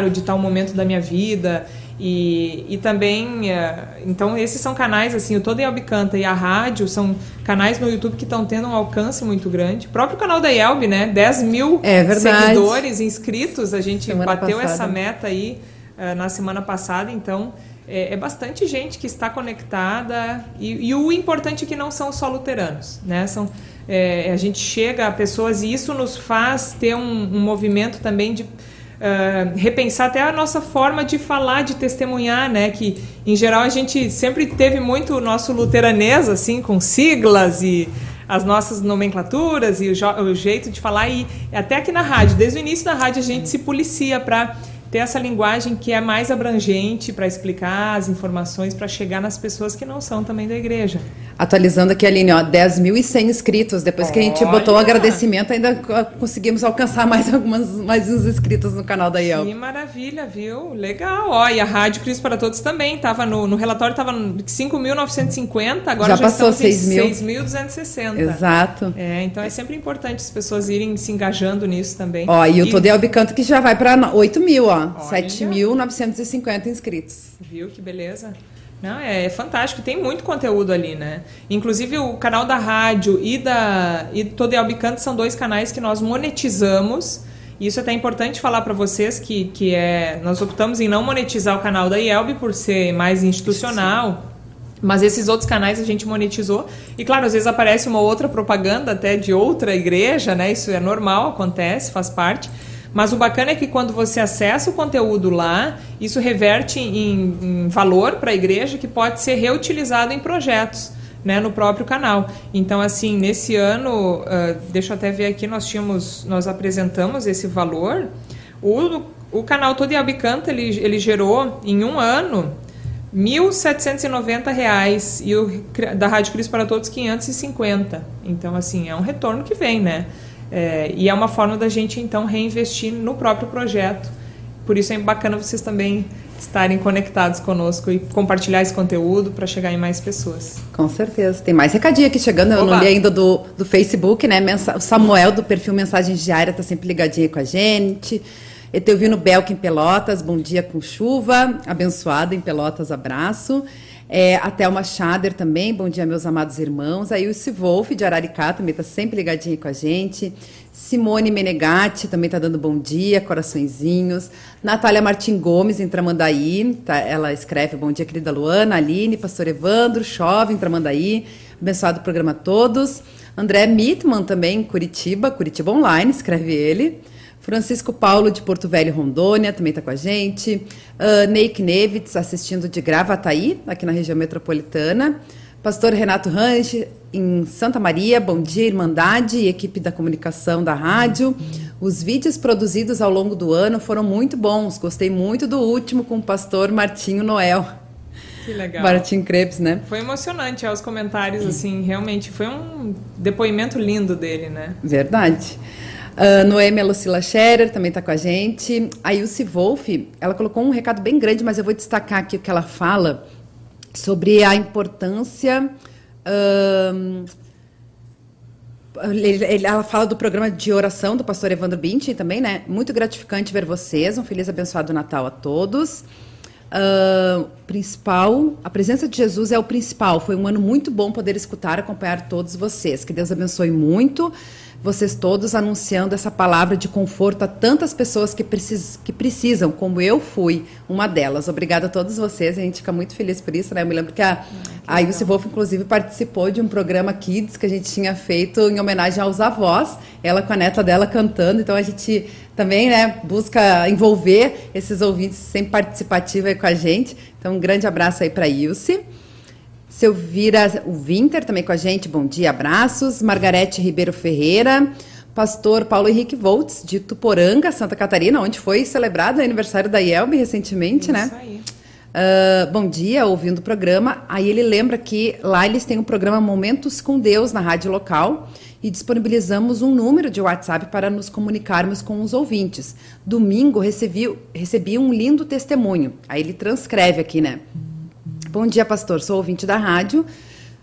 C: de tal momento da minha vida. E também, então esses são canais, assim, o Todo Ielbe Canta e a rádio são canais no YouTube que estão tendo um alcance muito grande. O próprio canal da Ielbe, né? 10 mil seguidores, inscritos, a gente bateu essa meta aí na semana passada, então é bastante gente que está conectada e o importante é que não são só luteranos, né? A gente chega a pessoas e isso nos faz ter um movimento também de repensar até a nossa forma de falar, de testemunhar, né? Que em geral a gente sempre teve muito o nosso luteranês, assim, com siglas e as nossas nomenclaturas e o jeito de falar, e até aqui na rádio, desde o início da rádio a gente se policia para ter essa linguagem que é mais abrangente para explicar as informações, para chegar nas pessoas que não são também da igreja.
A: Atualizando aqui, Aline, 10.100 inscritos. Depois que a gente botou o agradecimento, ainda conseguimos alcançar mais uns inscritos no canal da Ielbe.
C: Que maravilha, viu? Legal. E a Rádio Cristo para Todos também. Tava no relatório estava 5.950, agora já
A: passou
C: estamos
A: 6.260. Exato.
C: Então é sempre importante as pessoas irem se engajando nisso também.
A: E o Todo Ielbe Canta que já vai para 8.000, 7.950 inscritos.
C: Viu que beleza? Não, é fantástico, tem muito conteúdo ali, né? Inclusive o canal da rádio e Todo Ielbe Canta são 2 canais que nós monetizamos. E isso é até importante falar para vocês que nós optamos em não monetizar o canal da Ielbe por ser mais institucional. Mas esses outros canais a gente monetizou. E claro, às vezes aparece uma outra propaganda até de outra igreja, né? Isso é normal, acontece, faz parte. Mas o bacana é que quando você acessa o conteúdo lá, isso reverte em valor para a igreja que pode ser reutilizado em projetos, né, no próprio canal. Então, assim, nesse ano, deixa eu até ver aqui, nós apresentamos esse valor. O canal Todo Ielbe Canta, ele gerou em um ano R$ 1.790 e o da Rádio Cristo para Todos 550. Então, assim, é um retorno que vem, né? E é uma forma da gente, então, reinvestir no próprio projeto. Por isso é bacana vocês também estarem conectados conosco e compartilhar esse conteúdo para chegar em mais pessoas.
A: Com certeza. Tem mais recadinho aqui chegando. Eu não li ainda do Facebook, né? O Samuel, do perfil Mensagens Diárias, está sempre ligadinho com a gente. Etelvino Belk em Pelotas, bom dia com chuva. Abençoado em Pelotas, abraço. A Thelma Schader também, bom dia, meus amados irmãos. Aí o Wolf de Araricá também está sempre ligadinho com a gente. Simone Menegatti também está dando bom dia, coraçõezinhos. Natália Martim Gomes, em Tramandaí, ela escreve bom dia, querida Luana, Aline, pastor Evandro, chove em Tramandaí, abençoado o programa a todos. André Mittman também, em Curitiba Online, escreve ele. Francisco Paulo, de Porto Velho, Rondônia, também está com a gente. Neik Nevitz, assistindo de Gravataí, aqui na região metropolitana. Pastor Renato Range, em Santa Maria, bom dia, Irmandade e equipe da comunicação da rádio. Os vídeos produzidos ao longo do ano foram muito bons. Gostei muito do último com o pastor Martinho Noel.
C: Que legal.
A: Martim Krebs, né?
C: Foi emocionante, os comentários, assim, realmente foi um depoimento lindo dele, né?
A: Verdade. Noêmia Lucila Scherer também está com a gente. A Ilse Wolf, ela colocou um recado bem grande, mas eu vou destacar aqui o que ela fala sobre a importância... ela fala do programa de oração do pastor Evandro Bintin também, né? Muito gratificante ver vocês. Um feliz e abençoado Natal a todos. A presença de Jesus é o principal. Foi um ano muito bom poder escutar e acompanhar todos vocês. Que Deus abençoe muito vocês todos, anunciando essa palavra de conforto a tantas pessoas que precisam, como eu fui uma delas. Obrigada a todos vocês, a gente fica muito feliz por isso, né? Eu me lembro que a Ilse Wolf, inclusive, participou de um programa Kids que a gente tinha feito em homenagem aos avós, ela com a neta dela cantando, então a gente também, né, busca envolver esses ouvintes sempre participativos aí com a gente. Então, um grande abraço aí para a Ilse. Seu Vira, o Winter também com a gente, bom dia, abraços. Margarete Ribeiro Ferreira, pastor Paulo Henrique Voltz, de Tuporanga, Santa Catarina, onde foi celebrado o aniversário da Ielbe recentemente, né? Isso aí. Bom dia, ouvindo o programa. Aí ele lembra que lá eles têm um programa Momentos com Deus na rádio local e disponibilizamos um número de WhatsApp para nos comunicarmos com os ouvintes. Domingo recebi um lindo testemunho. Aí ele transcreve aqui, né? Bom dia, pastor. Sou ouvinte da rádio.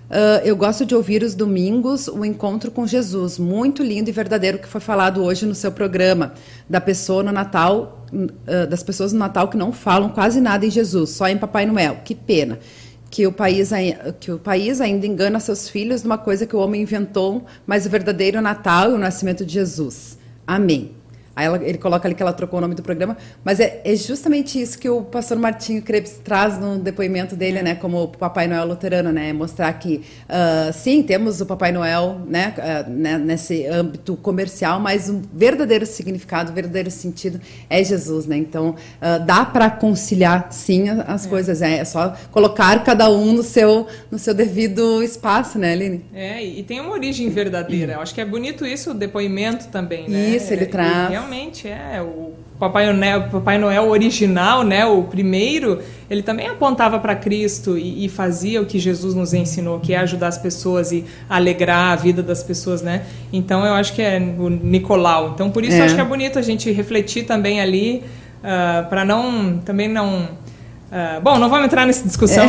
A: eu gosto de ouvir os domingos o encontro com Jesus, muito lindo e verdadeiro que foi falado hoje no seu programa, da pessoa no Natal, das pessoas no Natal que não falam quase nada em Jesus, só em Papai Noel. Que pena. Que o país ainda engana seus filhos numa coisa que o homem inventou, mas o verdadeiro Natal e o nascimento de Jesus. Amém. Aí ele coloca ali que ela trocou o nome do programa, mas é justamente isso que o pastor Martinho Krebs traz no depoimento dele, né, como o Papai Noel luterano, né, mostrar que, sim, temos o Papai Noel, né, nesse âmbito comercial, mas o verdadeiro significado, o verdadeiro sentido é Jesus, né, então dá para conciliar, sim, as coisas, é só colocar cada um no seu devido espaço, né, Aline?
C: E tem uma origem verdadeira, eu acho que é bonito isso, o depoimento também, né?
A: Isso, ele traz...
C: Realmente o Papai Noel original, né, o primeiro, ele também apontava para Cristo e fazia o que Jesus nos ensinou, que é ajudar as pessoas e alegrar a vida das pessoas, né? Então eu acho que é o Nicolau. Então por isso eu acho que é bonito a gente refletir também ali, para também não... bom, não vamos entrar nessa discussão.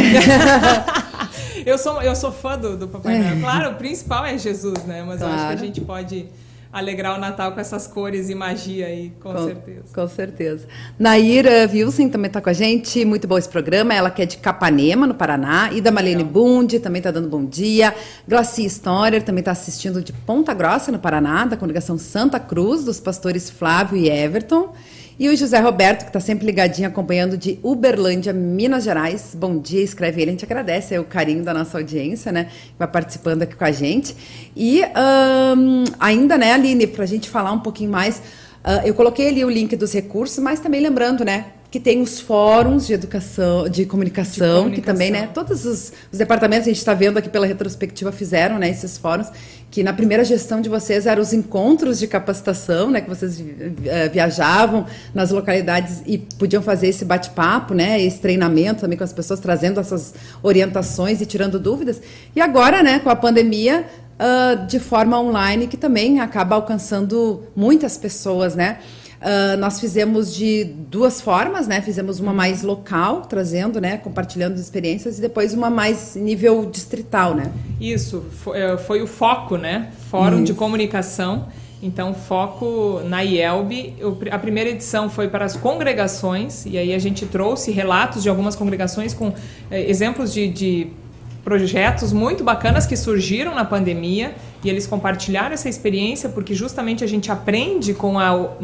C: Eu sou fã do Papai Noel. Claro, o principal é Jesus, né? Mas eu acho que a gente pode alegrar o Natal com essas cores e magia aí, com certeza.
A: Com certeza. Naira Wilson também está com a gente, muito bom esse programa, ela que é de Capanema, no Paraná, e da Marlene Bund, também está dando bom dia, Glaci Storer também está assistindo de Ponta Grossa, no Paraná, da congregação Santa Cruz, dos pastores Flávio e Everton, e o José Roberto, que está sempre ligadinho, acompanhando de Uberlândia, Minas Gerais. Bom dia, escreve ele, a gente agradece o carinho da nossa audiência, né? Vai participando aqui com a gente. E ainda, né, Aline, para a gente falar um pouquinho mais, eu coloquei ali o link dos recursos, mas também lembrando, né, que tem os fóruns de educação, de comunicação, que também, né, todos os departamentos, a gente está vendo aqui pela retrospectiva, fizeram, né, esses fóruns, que na primeira gestão de vocês eram os encontros de capacitação, né, que vocês viajavam nas localidades e podiam fazer esse bate-papo, né, esse treinamento também com as pessoas, trazendo essas orientações e tirando dúvidas. E agora, né, com a pandemia, de forma online, que também acaba alcançando muitas pessoas, né. Nós fizemos de duas formas, né? Fizemos uma mais local, trazendo, né? Compartilhando experiências, e depois uma mais nível distrital, né?
C: Isso, foi o foco, né? Fórum de comunicação. Então, foco na IELB. A primeira edição foi para as congregações, e aí a gente trouxe relatos de algumas congregações com exemplos de projetos muito bacanas que surgiram na pandemia, e eles compartilharam essa experiência porque justamente a gente aprende com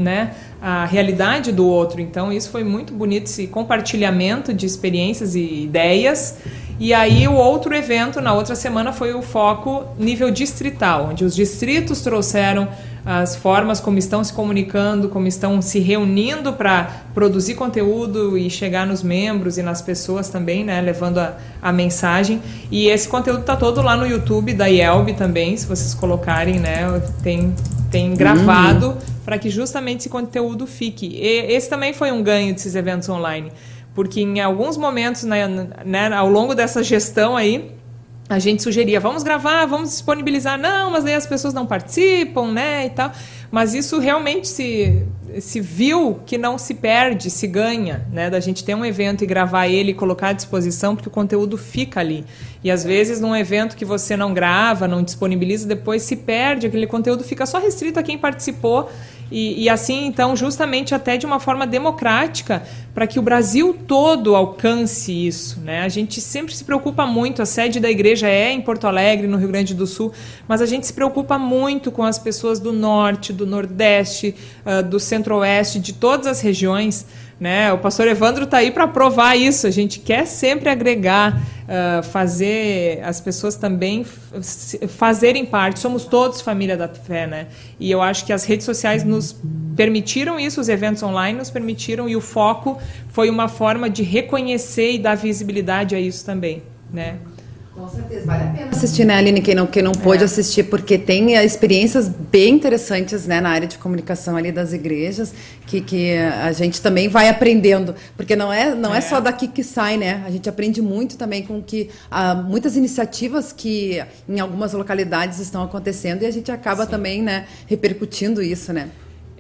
C: a realidade do outro. Então isso foi muito bonito, esse compartilhamento de experiências e ideias. E aí o outro evento na outra semana foi o foco nível distrital, onde os distritos trouxeram as formas como estão se comunicando, como estão se reunindo para produzir conteúdo e chegar nos membros e nas pessoas também, né, levando a mensagem. E esse conteúdo está todo lá no YouTube da IELB também, se vocês colocarem, né, tem gravado para que justamente esse conteúdo fique. E esse também foi um ganho desses eventos online, porque em alguns momentos, né, ao longo dessa gestão aí, a gente sugeria, vamos gravar, vamos disponibilizar. Não, mas aí as pessoas não participam, né, e tal. Mas isso realmente se viu que não se perde, se ganha, né, da gente ter um evento e gravar ele e colocar à disposição, porque o conteúdo fica ali. E às vezes num evento que você não grava, não disponibiliza, depois se perde, aquele conteúdo fica só restrito a quem participou. E assim, então, justamente até de uma forma democrática, para que o Brasil todo alcance isso, né? A gente sempre se preocupa muito, a sede da igreja é em Porto Alegre, no Rio Grande do Sul, mas a gente se preocupa muito com as pessoas do Norte, do Nordeste, do Centro-Oeste, de todas as regiões, né? O pastor Evandro está aí para provar isso. A gente quer sempre agregar, fazer as pessoas também fazerem parte. Somos todos família da fé, né? E eu acho que as redes sociais nos permitiram isso, os eventos online nos permitiram, e o foco foi uma forma de reconhecer e dar visibilidade a isso também, né?
A: Com certeza, vale a pena assistir, né, Aline, quem não pôde assistir, porque tem experiências bem interessantes, né, na área de comunicação ali das igrejas, que a gente também vai aprendendo, porque não é só daqui que sai, né, a gente aprende muito também com que muitas iniciativas que em algumas localidades estão acontecendo, e a gente acaba também, né, repercutindo isso, né.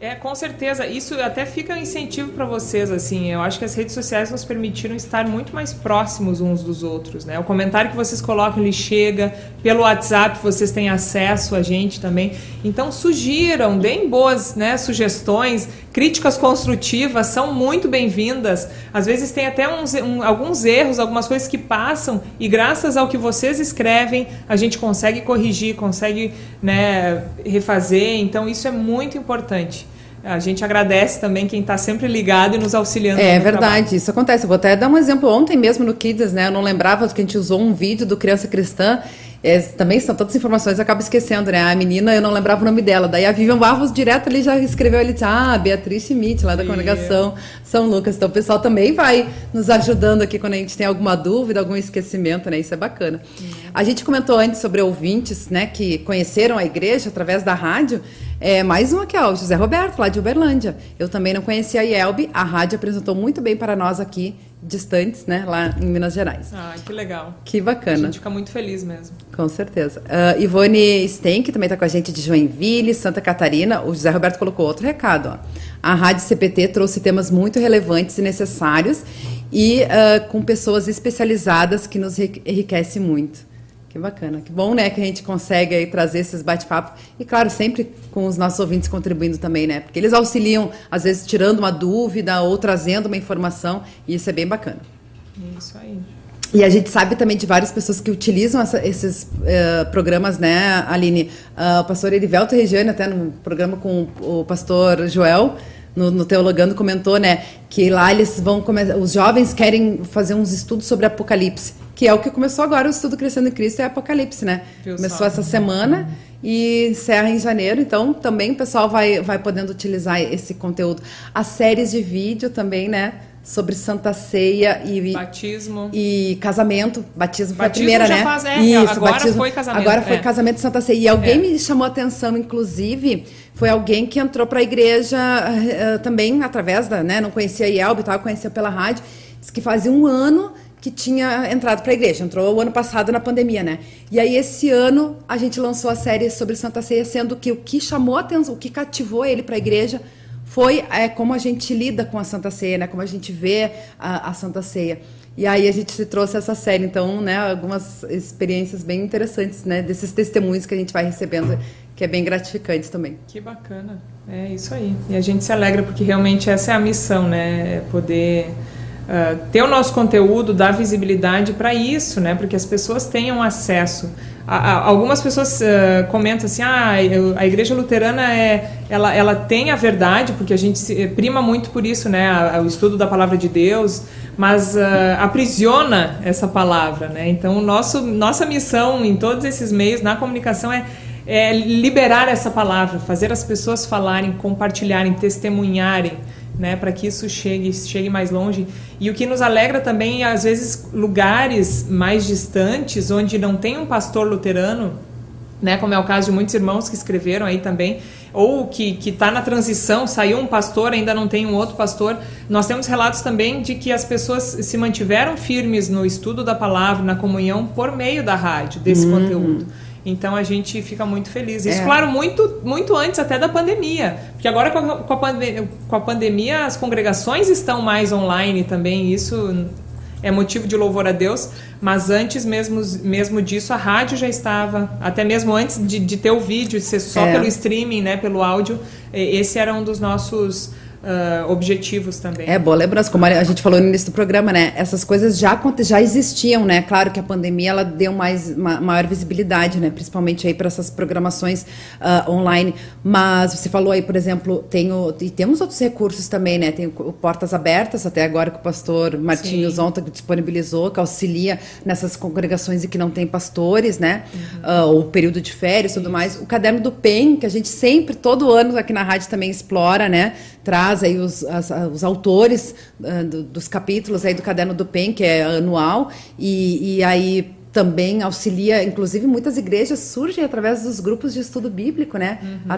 C: Com certeza. Isso até fica um incentivo para vocês, assim. Eu acho que as redes sociais nos permitiram estar muito mais próximos uns dos outros, né? O comentário que vocês colocam, ele chega. Pelo WhatsApp, vocês têm acesso a gente também. Então, sugiram, deem boas, né, sugestões. Críticas construtivas são muito bem-vindas. Às vezes tem até alguns erros, algumas coisas que passam, e graças ao que vocês escrevem, a gente consegue corrigir, consegue, né, refazer. Então, isso é muito importante. A gente agradece também quem está sempre ligado e nos auxiliando.
A: É verdade, trabalho. Isso acontece. Eu vou até dar um exemplo. Ontem mesmo no Kids, né? Eu não lembrava que a gente usou um vídeo do Criança Cristã. Também são todas as informações, eu acabo esquecendo, né? A menina, eu não lembrava o nome dela. Daí a Vivian Barros direto ali já escreveu, ele disse, Beatriz Schmidt, lá da congregação São Lucas. Então o pessoal também vai nos ajudando aqui quando a gente tem alguma dúvida, algum esquecimento, né? Isso é bacana. A gente comentou antes sobre ouvintes, né, que conheceram a igreja através da rádio. Mais um aqui, o José Roberto, lá de Uberlândia. Eu também não conhecia a IELB, a rádio apresentou muito bem para nós aqui, distantes, né, lá em Minas Gerais.
C: Que legal.
A: Que bacana.
C: A gente fica muito feliz mesmo.
A: Com certeza. Ivone Sten, que também está com a gente de Joinville, Santa Catarina. O José Roberto colocou outro recado. Ó. A Rádio CPT trouxe temas muito relevantes e necessários e com pessoas especializadas que nos enriquece muito. Que bacana, que bom, né, que a gente consegue aí trazer esses bate-papos e, claro, sempre com os nossos ouvintes contribuindo também, né, porque eles auxiliam, às vezes, tirando uma dúvida ou trazendo uma informação, e isso é bem bacana.
C: Isso aí.
A: E a gente sabe também de várias pessoas que utilizam esses programas, né, Aline? O pastor Erivelto Regiane, até no programa com o pastor Joel, no Teologando, comentou, né, que lá eles vão começar, os jovens querem fazer uns estudos sobre Apocalipse, que é o que começou agora, o estudo Crescendo em Cristo é Apocalipse, né? Começou essa semana e encerra em janeiro, então também o pessoal vai podendo utilizar esse conteúdo. As séries de vídeo também, né? Sobre Santa Ceia e
C: batismo
A: e casamento. Batismo foi a primeira,
C: já
A: né?
C: Faz,
A: Isso,
C: agora
A: batismo,
C: foi casamento.
A: Agora foi casamento de Santa Ceia. E alguém me chamou a atenção, inclusive, foi alguém que entrou para a igreja também através da, né? Não conhecia a IELB, conhecia pela rádio, disse que fazia um ano que tinha entrado para a igreja. Entrou o ano passado na pandemia, né? E aí esse ano a gente lançou a série sobre Santa Ceia, sendo que o que chamou a atenção, o que cativou ele para a igreja foi como a gente lida com a Santa Ceia, né? Como a gente vê a Santa Ceia. E aí a gente trouxe essa série, então, né? Algumas experiências bem interessantes, né? Desses testemunhos que a gente vai recebendo, que é bem gratificante também.
C: Que bacana. É isso aí. E a gente se alegra porque realmente essa é a missão, né? É poder ter o nosso conteúdo, dar visibilidade para isso, né? Porque as pessoas tenham acesso. Algumas pessoas comentam assim, a igreja luterana ela tem a verdade, porque a gente prima muito por isso, né? O estudo da palavra de Deus, mas aprisiona essa palavra, né? Então nossa missão em todos esses meios, na comunicação, é liberar essa palavra, fazer as pessoas falarem, compartilharem, testemunharem, né, para que isso chegue mais longe. E o que nos alegra também, às vezes, lugares mais distantes, onde não tem um pastor luterano, né, como é o caso de muitos irmãos que escreveram aí também, ou que está na transição, saiu um pastor, ainda não tem um outro pastor. Nós temos relatos também de que as pessoas se mantiveram firmes no estudo da palavra, na comunhão, por meio da rádio, desse conteúdo. Então a gente fica muito feliz. Isso, claro, muito, muito antes até da pandemia. Porque agora com a pandemia as congregações estão mais online também. Isso é motivo de louvor a Deus. Mas antes mesmo disso, a rádio já estava. Até mesmo antes de ter o vídeo, ser só pelo streaming, né, pelo áudio. Esse era um dos nossos objetivos também. Boa lembrança, como a gente falou no início do programa, né? Essas coisas já existiam, né? Claro que a pandemia ela deu maior visibilidade, né? Principalmente aí para essas programações online. Mas você falou aí, por exemplo, temos outros recursos também, né? Tem o Portas Abertas, até agora que o pastor Martinho Zonta disponibilizou, que auxilia nessas congregações e que não tem pastores, né? O período de férias e tudo mais. O Caderno do PEN, que a gente sempre, todo ano aqui na rádio também explora, né? Traz aí os autores dos capítulos aí do Caderno do PEN, que é anual, e aí também auxilia, inclusive muitas igrejas surgem através dos grupos de estudo bíblico, né?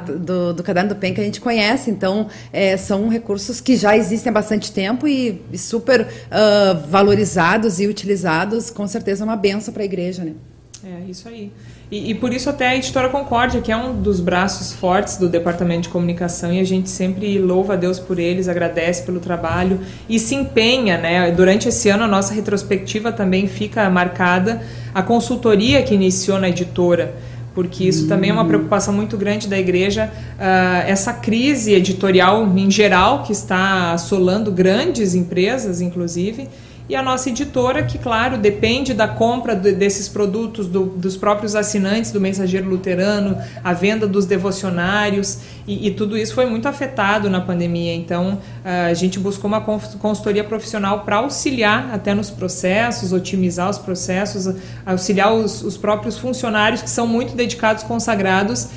C: Do Caderno do PEN que a gente conhece. Então, são recursos que já existem há bastante tempo e super valorizados e utilizados, com certeza é uma bênção para a igreja, né? É, isso aí. E por isso até a Editora Concórdia, que é um dos braços fortes do Departamento de Comunicação, e a gente sempre louva a Deus por eles, agradece pelo trabalho e se empenha, né? Durante esse ano a nossa retrospectiva também fica marcada a consultoria que iniciou na editora, porque isso também é uma preocupação muito grande da igreja, essa crise editorial em geral que está assolando grandes empresas, inclusive, e a nossa editora, que, claro, depende da compra desses produtos dos próprios assinantes do Mensageiro Luterano, a venda dos devocionários, e tudo isso foi muito afetado na pandemia. Então, a gente buscou uma consultoria profissional para auxiliar até nos processos, otimizar os processos, auxiliar os próprios funcionários, que são muito dedicados, consagrados,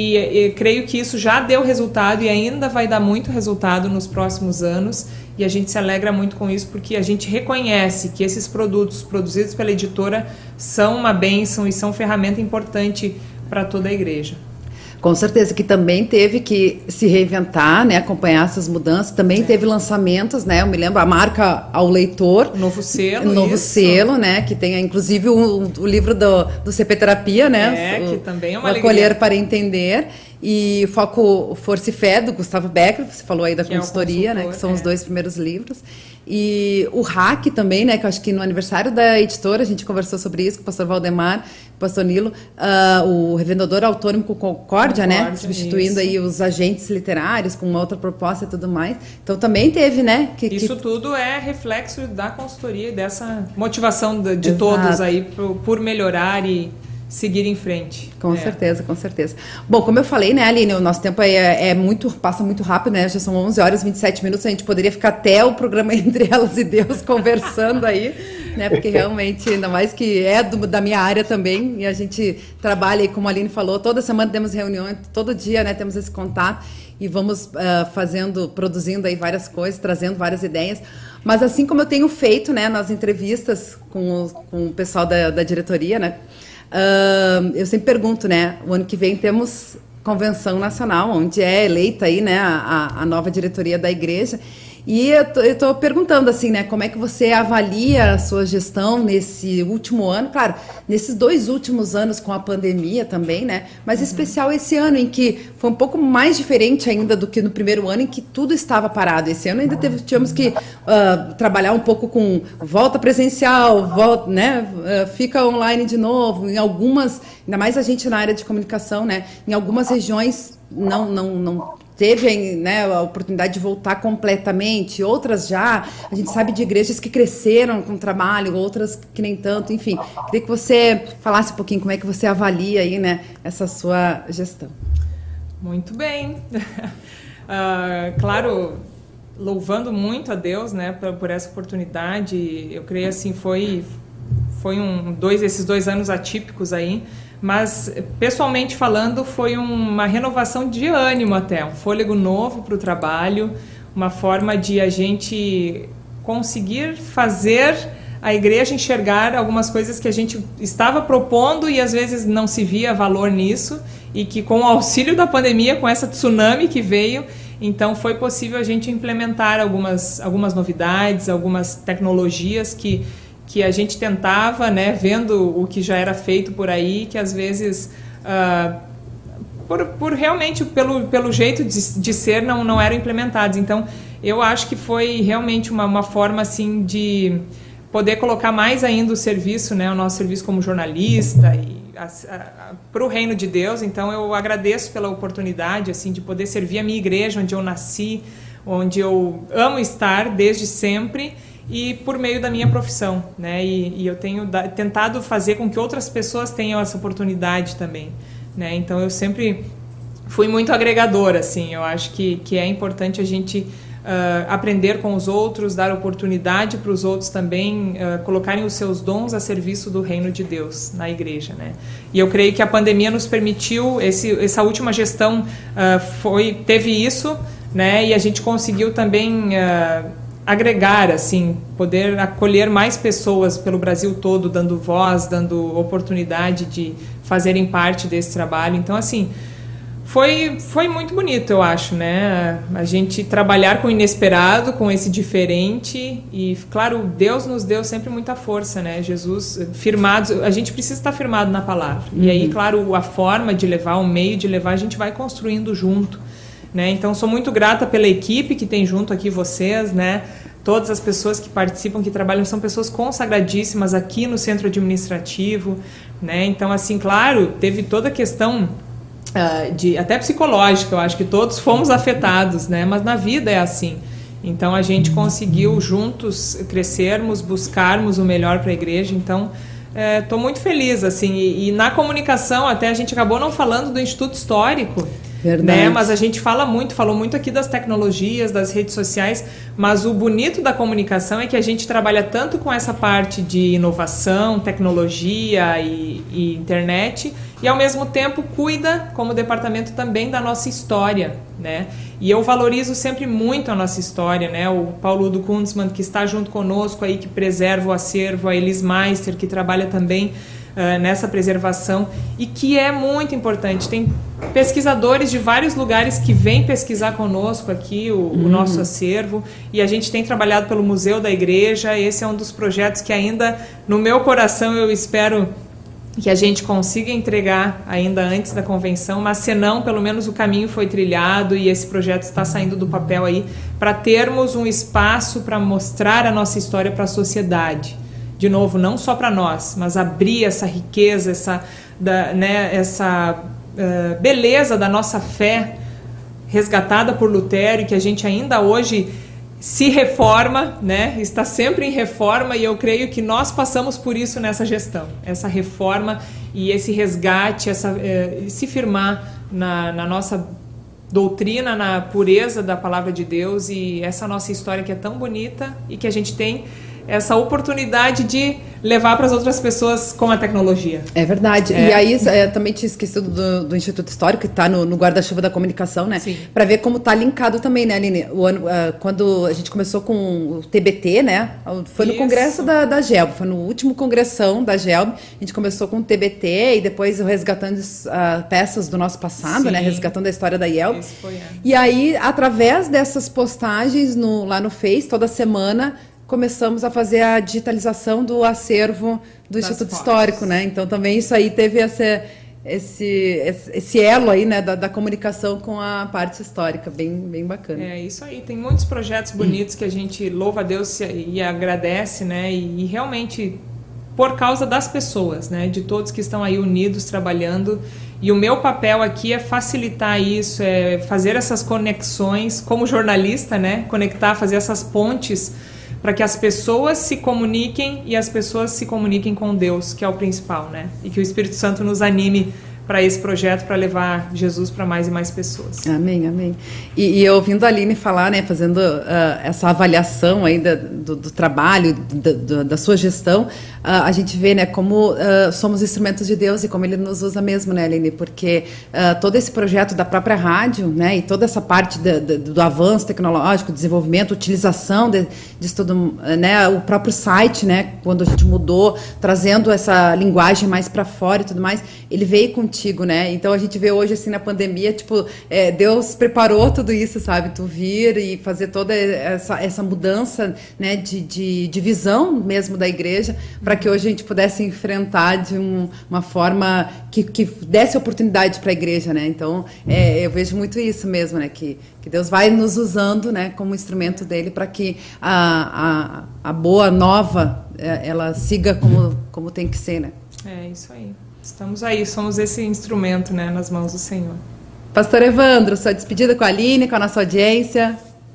C: e creio que isso já deu resultado e ainda vai dar muito resultado nos próximos anos. E a gente se alegra muito com isso, porque a gente reconhece que esses produtos produzidos pela editora são uma bênção e são ferramenta importante para toda a igreja.
A: Com certeza, que também teve que se reinventar, né, acompanhar essas mudanças. Também teve lançamentos, né, eu me lembro, a marca ao leitor.
C: Novo selo.
A: Novo selo, né, que tem inclusive o livro do CP Terapia, né.
C: Que também é uma
A: alegria. Acolher para entender. E Foco, Força e Fé, do Gustavo Becker, você falou aí da consultoria, né, que são os 2 primeiros livros. E o Hack também, né, que eu acho que no aniversário da editora a gente conversou sobre isso com o pastor Valdemar, o pastor Nilo, o Revendedor Autônomo Concórdia, né, substituindo aí os agentes literários com uma outra proposta e tudo mais. Então também teve, né?
C: Isso tudo é reflexo da consultoria e dessa motivação de todos aí por melhorar e seguir em frente.
A: Com certeza, com certeza. Bom, como eu falei, né, Aline, o nosso tempo passa muito rápido, né, já são 11 horas e 27 minutos, a gente poderia ficar até o programa Entre Elas e Deus conversando aí, né, porque realmente, ainda mais que é da minha área também, e a gente trabalha, e como a Aline falou, toda semana temos reuniões, todo dia, né, temos esse contato, e vamos produzindo aí várias coisas, trazendo várias ideias. Mas assim como eu tenho feito, né, nas entrevistas com o pessoal da diretoria, né, eu sempre pergunto, né, o ano que vem temos convenção nacional, onde é eleita aí, né, a nova diretoria da igreja. E eu tô perguntando assim, né, como é que você avalia a sua gestão nesse último ano, claro, nesses 2 últimos anos com a pandemia também, né, mas em especial esse ano em que foi um pouco mais diferente ainda do que no primeiro ano em que tudo estava parado. Esse ano ainda tivemos que trabalhar um pouco com volta presencial, fica online de novo, em algumas, ainda mais a gente na área de comunicação, né, em algumas regiões não teve, né, a oportunidade de voltar completamente, outras já, a gente sabe de igrejas que cresceram com o trabalho, outras que nem tanto, enfim. Queria que você falasse um pouquinho como é que você avalia aí, né, essa sua gestão.
C: Muito bem. Claro, louvando muito a Deus, né, por essa oportunidade. Eu creio assim, foi esses 2 anos atípicos aí, mas pessoalmente falando foi uma renovação de ânimo até, um fôlego novo para o trabalho, uma forma de a gente conseguir fazer a igreja enxergar algumas coisas que a gente estava propondo e às vezes não se via valor nisso, e que com o auxílio da pandemia, com essa tsunami que veio, então foi possível a gente implementar algumas novidades, algumas tecnologias que a gente tentava, né, vendo o que já era feito por aí, que às vezes, por realmente, pelo jeito de ser, não eram implementados. Então, eu acho que foi realmente uma forma assim, de poder colocar mais ainda o serviço, né, o nosso serviço como jornalista, para o reino de Deus. Então, eu agradeço pela oportunidade assim, de poder servir a minha igreja, onde eu nasci, onde eu amo estar desde sempre, e por meio da minha profissão, né? E eu tenho tentado fazer com que outras pessoas tenham essa oportunidade também, né? Então eu sempre fui muito agregadora, assim. Eu acho que é importante a gente aprender com os outros, dar oportunidade para os outros também colocarem os seus dons a serviço do reino de Deus na igreja, né? E eu creio que a pandemia nos permitiu, essa última gestão teve isso, né? E a gente conseguiu também agregar, assim, poder acolher mais pessoas pelo Brasil todo, dando voz, dando oportunidade de fazerem parte desse trabalho. Então, assim, Foi muito bonito, eu acho, né? A gente trabalhar com o inesperado, com esse diferente e, claro, Deus nos deu sempre muita força, né? Jesus, firmados, a gente precisa estar firmado na palavra. E aí, claro, a forma de levar, o meio de levar, a gente vai construindo junto, né? Então, sou muito grata pela equipe que tem junto aqui vocês, né? Todas as pessoas que participam, que trabalham, são pessoas consagradíssimas aqui no centro administrativo, né? Então, assim, claro, teve toda a questão até psicológica, eu acho que todos fomos afetados, né? Mas na vida é assim. Então a gente conseguiu juntos crescermos, buscarmos o melhor para a igreja. Então estou muito feliz, assim. E na comunicação até a gente acabou não falando do Instituto Histórico. Né? Mas a gente falou muito aqui das tecnologias, das redes sociais, mas o bonito da comunicação é que a gente trabalha tanto com essa parte de inovação, tecnologia e internet, e ao mesmo tempo cuida como departamento também da nossa história, né? E eu valorizo sempre muito a nossa história, né? O Paulo Udo Kunzmann, que está junto conosco aí, que preserva o acervo, a Elis Meister, que trabalha também nessa preservação e que é muito importante. Tem pesquisadores de vários lugares que vêm pesquisar conosco aqui o nosso acervo, e a gente tem trabalhado pelo Museu da Igreja. Esse é um dos projetos que ainda no meu coração eu espero que a gente consiga entregar ainda antes da convenção, mas se não, pelo menos o caminho foi trilhado e esse projeto está saindo do papel aí para termos um espaço para mostrar a nossa história para a sociedade. De novo, não só para nós, mas abrir essa riqueza, essa beleza da nossa fé resgatada por Lutero, e que a gente ainda hoje se reforma, né? Está sempre em reforma, e eu creio que nós passamos por isso nessa gestão, essa reforma e esse resgate, se firmar na nossa doutrina, na pureza da palavra de Deus, e essa nossa história que é tão bonita e que a gente tem essa oportunidade de levar para as outras pessoas com a tecnologia.
A: É verdade. E aí, também tinha esquecido do Instituto Histórico, que está no guarda-chuva da comunicação, né? Para ver como está linkado também, né, Aline? Quando a gente começou com o TBT, né? Foi no congresso da GELB, foi no último congressão da GELB. A gente começou com o TBT e depois resgatando peças do nosso passado, né? Resgatando a história da IELB. E aí, através dessas postagens lá no Face, toda semana, começamos a fazer a digitalização do acervo do Instituto Histórico, né? Então também isso aí teve esse elo aí, né, da comunicação com a parte histórica, bem bacana.
C: É isso aí, tem muitos projetos bonitos que a gente louva a Deus e agradece, né? E realmente por causa das pessoas, né? De todos que estão aí unidos trabalhando. E o meu papel aqui é facilitar isso, é fazer essas conexões como jornalista, né? Conectar, fazer essas pontes para que as pessoas se comuniquem e as pessoas se comuniquem com Deus, que é o principal, né? E que o Espírito Santo nos anime para esse projeto, para levar Jesus para mais e mais pessoas.
A: Amém, amém. E ouvindo a Aline falar, né, fazendo essa avaliação aí do trabalho, da sua gestão, a gente vê, né, como somos instrumentos de Deus e como Ele nos usa mesmo, né, Aline? Porque todo esse projeto da própria rádio, né, e toda essa parte do avanço tecnológico, desenvolvimento, utilização disso tudo, né, o próprio site, né, quando a gente mudou, trazendo essa linguagem mais para fora e tudo mais, ele veio contigo, né? Então a gente vê hoje, assim, na pandemia, tipo, Deus preparou tudo isso, sabe? Tu vir e fazer toda essa mudança, né, de visão mesmo da igreja, para que hoje a gente pudesse enfrentar de uma forma que desse oportunidade para a igreja, né? Então, eu vejo muito isso mesmo, né? Que Deus vai nos usando, né, como instrumento dele para que a boa nova, ela siga como tem que ser, né?
C: É isso aí. Estamos aí, somos esse instrumento, né, nas mãos do Senhor.
A: Pastor Evandro, sua despedida com a Aline, com a nossa audiência.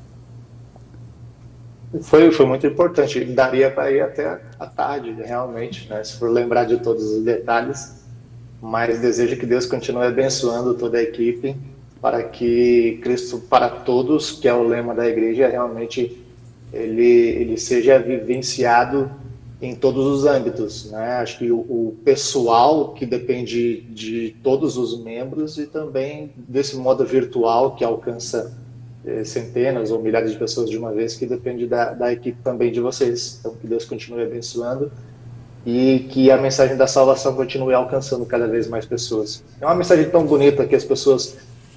B: Foi muito importante. Daria para ir até a tarde, realmente, né, se for lembrar de todos os detalhes. Mas desejo que Deus continue abençoando toda a equipe para que Cristo para todos, que é o lema da igreja, realmente ele seja vivenciado em todos os âmbitos, né? Acho que o pessoal, que depende de todos os membros, e também desse modo virtual que alcança centenas ou milhares de pessoas de uma vez, que depende da equipe também de vocês. Então, que Deus continue abençoando e que a mensagem da salvação continue alcançando cada vez mais pessoas. É uma mensagem tão bonita que as pessoas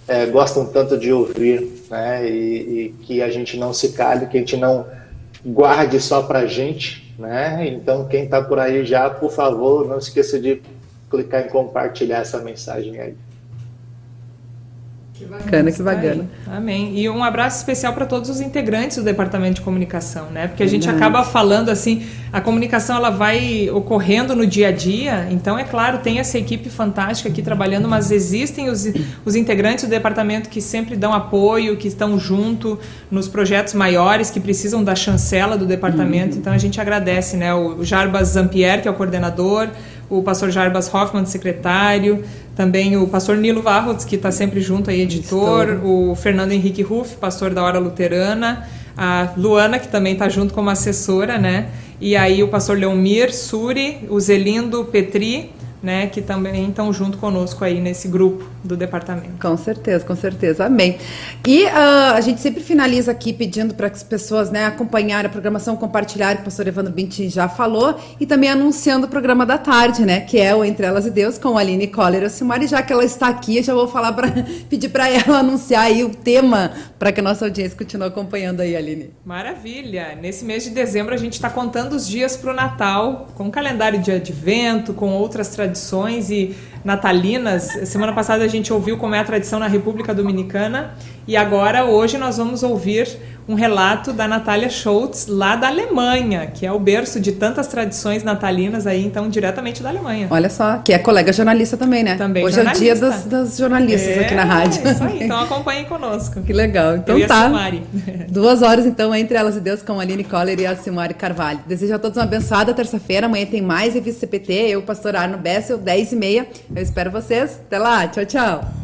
B: gostam tanto de ouvir, né? E que a gente não se cale, que a gente não guarde só para a gente, né? Então, quem está por aí já, por favor, não esqueça de clicar em compartilhar essa mensagem aí.
A: Que bacana, que bacana.
C: Amém. E um abraço especial para todos os integrantes do Departamento de Comunicação, né? Porque a gente acaba falando assim, a comunicação ela vai ocorrendo no dia a dia, então é claro, tem essa equipe fantástica aqui trabalhando, mas existem os integrantes do departamento que sempre dão apoio, que estão junto nos projetos maiores, que precisam da chancela do departamento, então a gente agradece, né? O Jarbas Zampier, que é o coordenador, o pastor Jarbas Hoffman, secretário, também o pastor Nilo Varrots, que está sempre junto aí, editor, o Fernando Henrique Ruff, pastor da Hora Luterana, a Luana, que também está junto como assessora, né? E aí o pastor Leomir Suri, o Zelindo Petri, né, que também estão junto conosco aí nesse grupo do departamento.
A: Com certeza, amém. E a gente sempre finaliza aqui pedindo para que as pessoas, né, acompanharem a programação, compartilharem, o pastor Evandro Bintin já falou, e também anunciando o programa da tarde, né, que é o Entre Elas e Deus, com a Aline Coller e a Silmar, e já que ela está aqui, eu já vou falar pedir para ela anunciar aí o tema, para que a nossa audiência continue acompanhando aí, Aline.
C: Maravilha! Nesse mês de dezembro a gente está contando os dias para o Natal, com um calendário de advento, com outras tradições e natalinas. Semana passada a gente ouviu como é a tradição na República Dominicana e agora, hoje, nós vamos ouvir um relato da Natália Schultz, lá da Alemanha, que é o berço de tantas tradições natalinas aí, então, diretamente da Alemanha.
A: Olha só, que é colega jornalista também, né?
C: Também
A: hoje
C: jornalista.
A: É o dia das jornalistas aqui na rádio.
C: Isso aí, então acompanhem conosco.
A: Que legal. Então
C: Eu
A: tá.
C: e a Silmari.
A: 2 horas, então, Entre Elas e Deus, com a Aline Coller e a Silmari Carvalho. Desejo a todos uma abençoada terça-feira. Amanhã tem mais Revista CPT. Eu, pastor Arno Bessel, 10h30. Eu espero vocês. Até lá. Tchau, tchau.